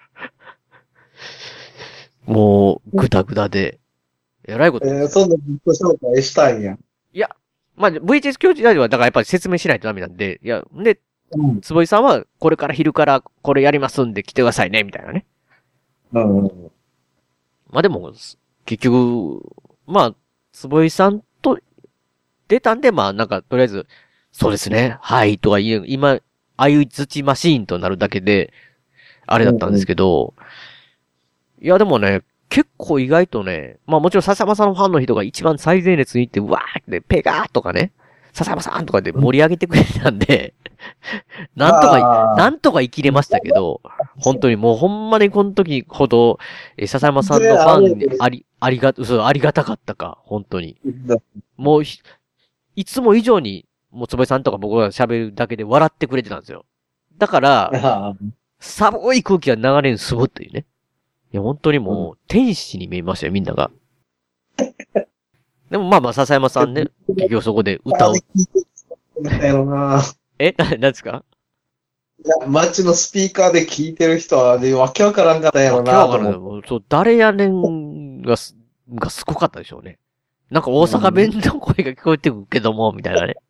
う、もう、ぐだぐだで、えらいこと。 えー、そんなずっと紹介したいんや。 いや、まあ、ブイエイチケー 教師ラジオは、だからやっぱり説明しないとダメなんで、いや、で、うん、坪井さんは、これから昼からこれやりますんで来てくださいね、みたいなね。 うん。 まあでも、結局、まあ、坪井さんと出たんで、まあなんか、とりあえず、そうですね、はい、とは言う、今、相づちマシーンとなるだけで、あれだったんですけど、うん、いやでもね、結構意外とね、まあもちろん笹山さんのファンの人が一番最前列に行って、うわーってペガーとかね、笹山さんとかで盛り上げてくれたんで、なんとか、なんとか生きれましたけど、本当にもうほんまにこの時ほど、え、笹山さんのファンにあり、ありが、そう、ありがたかったか、本当に。もう、いつも以上に、もう坪井さんとか僕が喋るだけで笑ってくれてたんですよ。だから、寒い空気が流れにすごいというね。いや、本当にもう、天使に見えましたよ、みんなが。でもまあまあ、笹山さんね、結局そこで歌を。え、な、なんですか？ いや、街のスピーカーで聞いてる人は、ね、わけわからんかったやろな。わけわからん。 そう、誰やねんがす、がすごかったでしょうね。なんか大阪弁の声が聞こえてくるけども、みたいなね。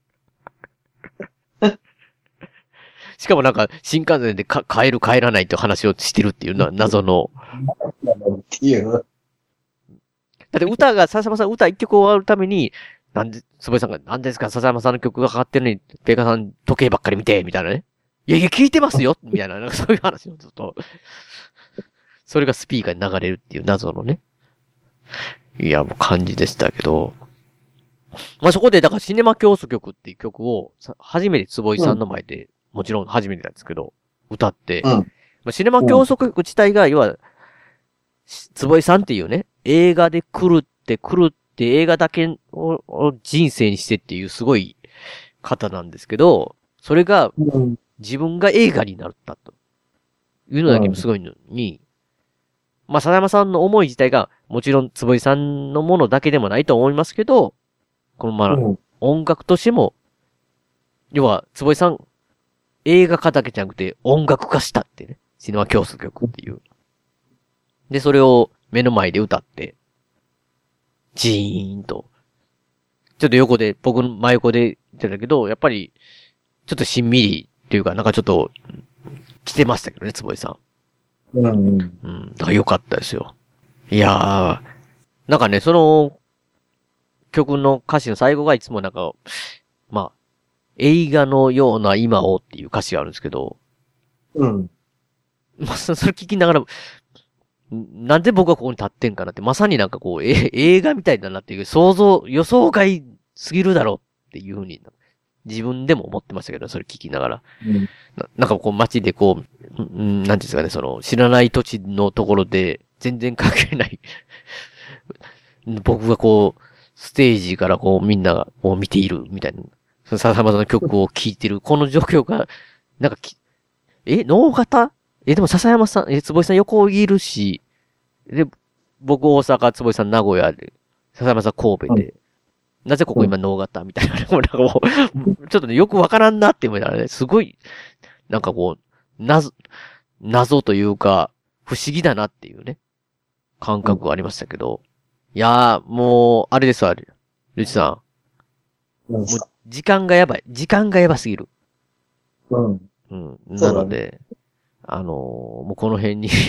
しかもなんか、新幹線でか帰る帰らないって話をしてるっていうのは謎の。 っていう。 だって歌が、笹山さん歌一曲終わるために、なんで、坪井さんが、なんですか、笹山さんの曲がかかってるのに、ペガさん時計ばっかり見て、みたいなね。いやいや、聞いてますよみたいな、なんかそういう話をずっと。それがスピーカーに流れるっていう謎のね。いや、もう感じでしたけど。まあ、そこで、だからシネマ競争曲っていう曲を、初めて坪井さんの前で、うん、もちろん初めてなんですけど、歌って、うんまあ、シネマ競争曲自体が、要は、坪井さんっていうね、映画で来るって来るって映画だけを人生にしてっていうすごい方なんですけど、それが自分が映画になったというのだけもすごいのに、まあ、笹山さんの思い自体がもちろん坪井さんのものだけでもないと思いますけど、このまあ、音楽としても、要は坪井さん映画化だけじゃなくて音楽化したってね、シネマ競争曲っていう。で、それを目の前で歌って、ジーンと。ちょっと横で、僕の真横で言ってたけど、やっぱり、ちょっとしんみりっていうか、なんかちょっと、 来てましたけどね、坪井さん。うん。うん。 うん。だから良かったですよ。いやー、なんかね、その、曲の歌詞の最後がいつもなんか、まあ、映画のような今をっていう歌詞があるんですけど、 うん。 まあ、それ聞きながら、なんで僕がここに立ってんかなって、まさになんかこう、え、映画みたいだなっていう、想像、予想外すぎるだろうっていうふうに、自分でも思ってましたけど、それ聞きながら。うん、な, なんかこう街でこう、うん、なんていうんですかね、その、知らない土地のところで、全然関係ない、僕がこう、ステージからこう、みんながこう見ているみたいな、その笹山さんの曲を聴いてる、この状況が、なんかき、え、能型え、でも笹山さん、え、坪井さん横いるし、で、僕大阪、坪井さん名古屋で、笹山さん神戸で、うん、なぜここ今能型みたいな、なんかもう、ちょっとね、よくわからんなって思いながらね、すごい、なんかこう、謎、謎というか、不思議だなっていうね、感覚がありましたけど、いやー、もう、あれですわ、ルチさん。もう、時間がやばい。時間がやばすぎる。 うん。 うん。なので、あのー、もうこの辺に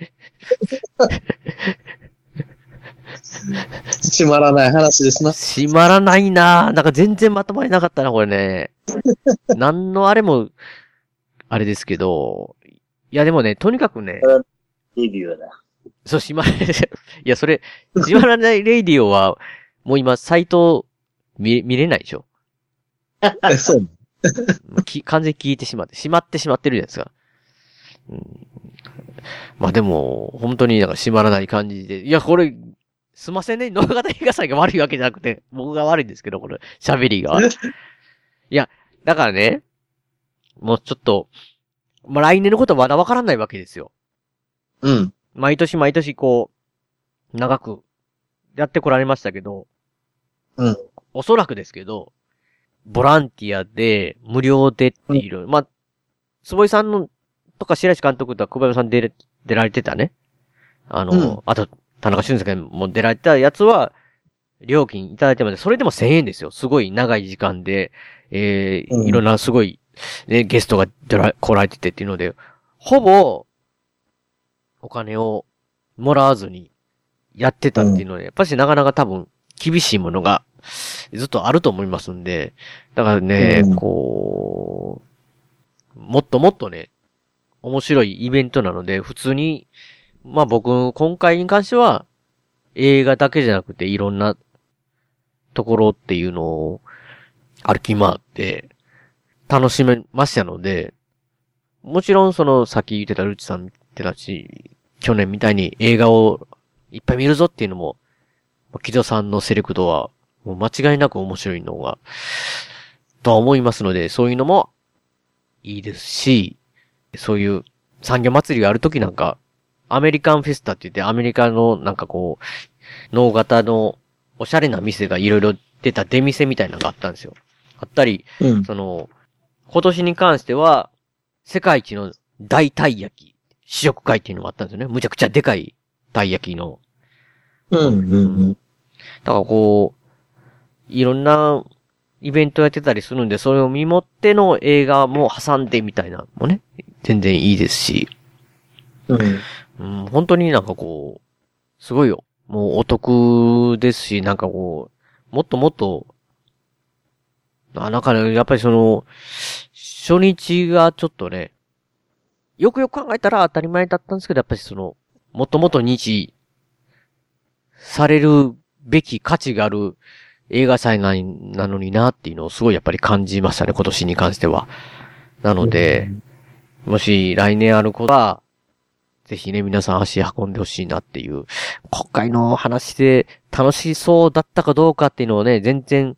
閉まらない話ですな。 閉まらないなぁ。なんか全然まとまりなかったな、これね。何のあれも、あれですけど、いやでもね、とにかくね。 レディオだ。 そう、閉まらない。いや、それ、閉まらないレイディオは、もう今、サイト、見、見れないでしょ。 そう。 き完全に聞いてしまって、閉まってしまってるじゃないですか。うん、まあでも、本当になんか閉まらない感じで。いや、これ、すいませんね。野方映画祭が悪いわけじゃなくて、僕が悪いんですけど、これ、喋りが。いや、だからね、もうちょっと、まあ来年のことはまだわからないわけですよ。 うん。 毎年毎年こう、長く、やってこられましたけど、 うん。 おそらくですけど、ボランティアで、無料でっていう、うん、まあ、坪井さんの、とか白石監督とか久保山さん出、出られてたね。あの、うん、あと、田中俊介も出られてたやつは、料金いただいてまで、それでもせんえんですよ。すごい長い時間で、えー、うん、いろんなすごい、ね、ゲストが出ら、来られててっていうので、ほぼ、お金をもらわずにやってたっていうので、やっぱしなかなか多分、厳しいものが、ずっとあると思いますんで、だからね、うん、こう、もっともっとね、面白いイベントなので、普通に、まあ僕、今回に関しては、映画だけじゃなくていろんなところっていうのを歩き回って楽しめましたので、もちろんそのさっき言ってたルチさん見てたし、去年みたいに映画をいっぱい見るぞっていうのも、木戸さんのセレクトはもう間違いなく面白いのが、とは思いますので、そういうのもいいですし、そういう産業祭りがあるときなんか、アメリカンフェスタって言ってアメリカのなんかこう、能型のおしゃれな店がいろいろ出た出店みたいなのがあったんですよ。あったり、うん、その、今年に関しては、世界一の大たい焼き、試食会っていうのもあったんですよね。むちゃくちゃでかいたい焼きの。 うんうんうん。 だからこう、いろんなイベントやってたりするんで、それを見守っての映画も挟んでみたいなのもね、全然いいですし。 うん。 うん、本当になんかこう、すごいよ。もうお得ですし、なんかこう、もっともっと、あ、なんかね、やっぱりその、初日がちょっとね、よくよく考えたら当たり前だったんですけど、やっぱりその、もっともっと認知されるべき価値がある映画祭なのになっていうのをすごいやっぱり感じましたね、今年に関しては。なので、うん、もし来年あることは、ぜひね、皆さん足運んでほしいなっていう、今回の話で楽しそうだったかどうかっていうのをね、全然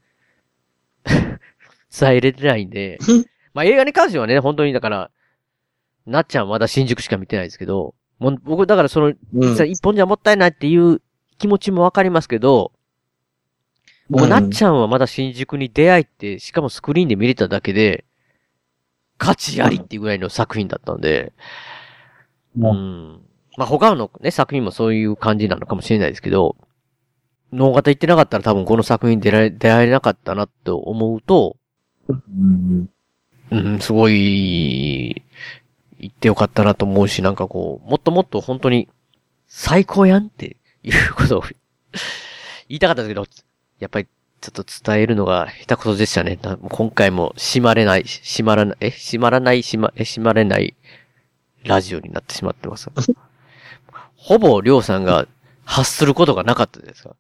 伝えれてないんで、まあ映画に関してはね、本当にだから、なっちゃんまだ新宿しか見てないですけど、もう僕だからその、実は一本じゃもったいないっていう気持ちもわかりますけど、僕、うん、なっちゃんはまだ新宿に出会いって、しかもスクリーンで見れただけで、価値ありっていうぐらいの作品だったんで、うん。うん、まあ他のね、作品もそういう感じなのかもしれないですけど、能型行ってなかったら多分この作品に出られ、出会えなかったなと思うと、うん、うん、すごい、 言ってよかったなと思うし、なんかこう、もっともっと本当に、最高やんっていうことを言いたかったんですけど、やっぱりちょっと伝えるのが下手くそでしたね。今回も閉まれない、閉まらない、え閉まらない、閉ま、え閉まれないラジオになってしまってます。ほぼりょうさんが発することがなかったですか？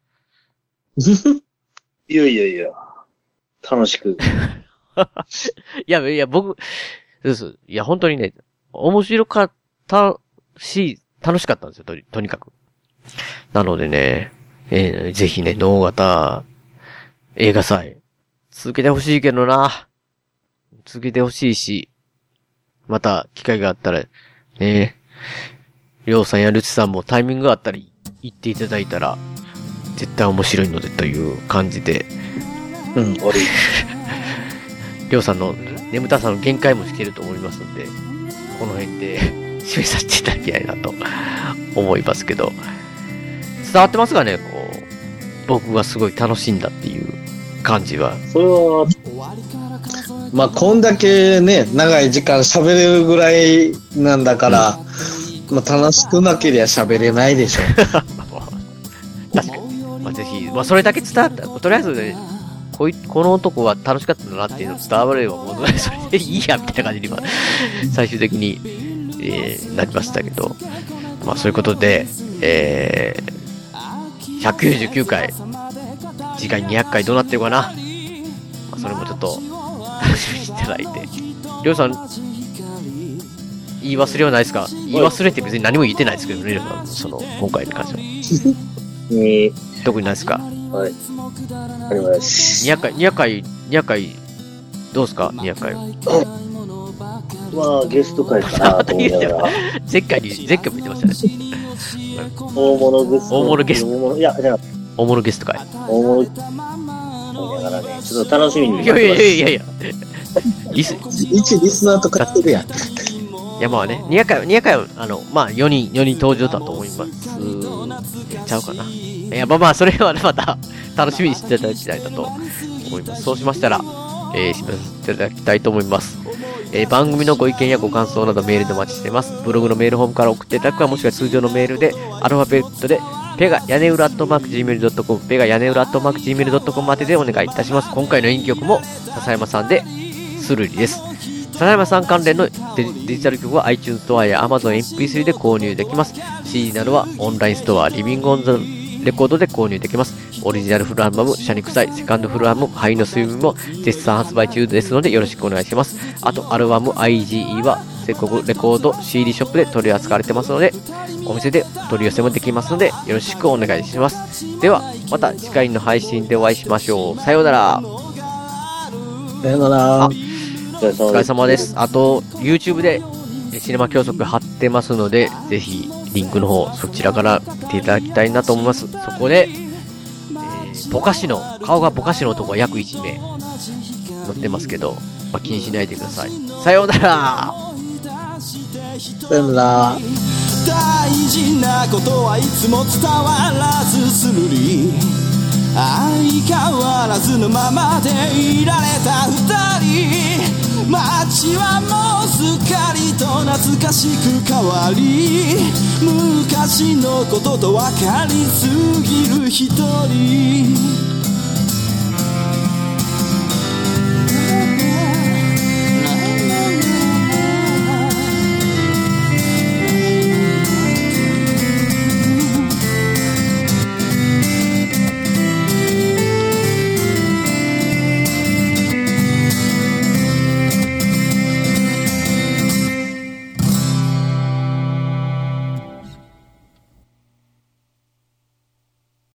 いやいやいや、楽しく。 いや、いや、僕、そうそう。いや、本当にね、面白かったし、楽しかったんですよ、と、とにかく。なのでね、えー、ぜひね、能型映画祭、続けてほしいけどな。続けてほしいし、また、機会があったら、ね、りょうさんやるちさんもタイミングがあったら行っていただいたら、絶対面白いのでという感じで、うん、悪い。りょうさんの眠たさの限界もしてると思いますので、この辺で締めさせていただきたいなと思いますけど、伝わってますかね、こう、僕がすごい楽しんだっていう感じは。 それは、 まあ、こんだけね、長い時間喋れるぐらいなんだから、うん、まあ、楽しくなければ喋れないでしょ。 確かに。まあ、ぜひ、まあ、それだけ伝わった。とりあえずね、こい、この男は楽しかったんだなっていうのを伝われば、もう、それでいいや、みたいな感じには、最終的に、えー、なりましたけど。まあ、そういうことで、えー、ひゃくきゅうじゅうきゅうかい、次回にひゃっかいどうなってるかな。まあ、それもちょっと、楽しみにしていただいて。りょうさん、言い忘れはないですか？言い忘れって別に何も言ってないですけどね、りょうさん、その、今回に関しては。 えー、 特にないですか？ はい。あります。 にひゃっかい、にひゃっかい、にひゃっかい、どうですか？にひゃっかい。 まあ、ゲスト会かなと思いながら。 前回に、前回も言ってましたね。 大物ゲスト。 大物ゲスト。 いや、じゃあ、 大物ゲスト会。 大物、思いながらね、ちょっと楽しみに。 いやいやいやいやいや。 リス、一リスナーとかってるやん。いや、まあね、にひゃっかい、にひゃっかいは、あの、まあ、よにん、よにん登場だと思います。ちゃうかな。いや、まあまあ、それはね、また、楽しみにしていただきたいなと思います。そうしましたら、えー、締めさせていただきたいと思います。えー、番組のご意見やご感想などメールでお待ちしています。ブログのメールホームから送っていただくか、もしくは通常のメールで、アルファベットで、ペガ屋根裏アットマーク ジーメールドットコム、ペガ屋根裏アットマーク ジーメールドットコム まででお願いいたします。今回の演技曲も、笹山さんで、スルリです。笹山さん関連の デ, デジタル曲は iTunes ストアや Amazon エムピースリー で購入できます。シーディー などはオンラインストア、リビングオンザレコードで購入できます。オリジナルフルアルバム、シャニクサイ、セカンドフルアルバム、灰の睡眠も絶賛発売中ですのでよろしくお願いします。あと、アルバム アイジーイー は全国レコード シーディー ショップで取り扱われてますので、お店で取り寄せもできますのでよろしくお願いします。では、また次回の配信でお会いしましょう。さようなら。 さようなら。 お疲れ様です。あと、YouTube でシネマ教則貼ってますので、ぜひリンクの方、そちらから見ていただきたいなと思います。そこで、えー、ぼかしの、顔がぼかしの男が約いちめい載ってますけど、まあ、気にしないでください。さようなら。 さようなら。 大事なことはいつも伝わらずするり、相変わらずのままでいられた二人、街はもうすっかりと懐かしく変わり、昔のことと分かりすぎる一人。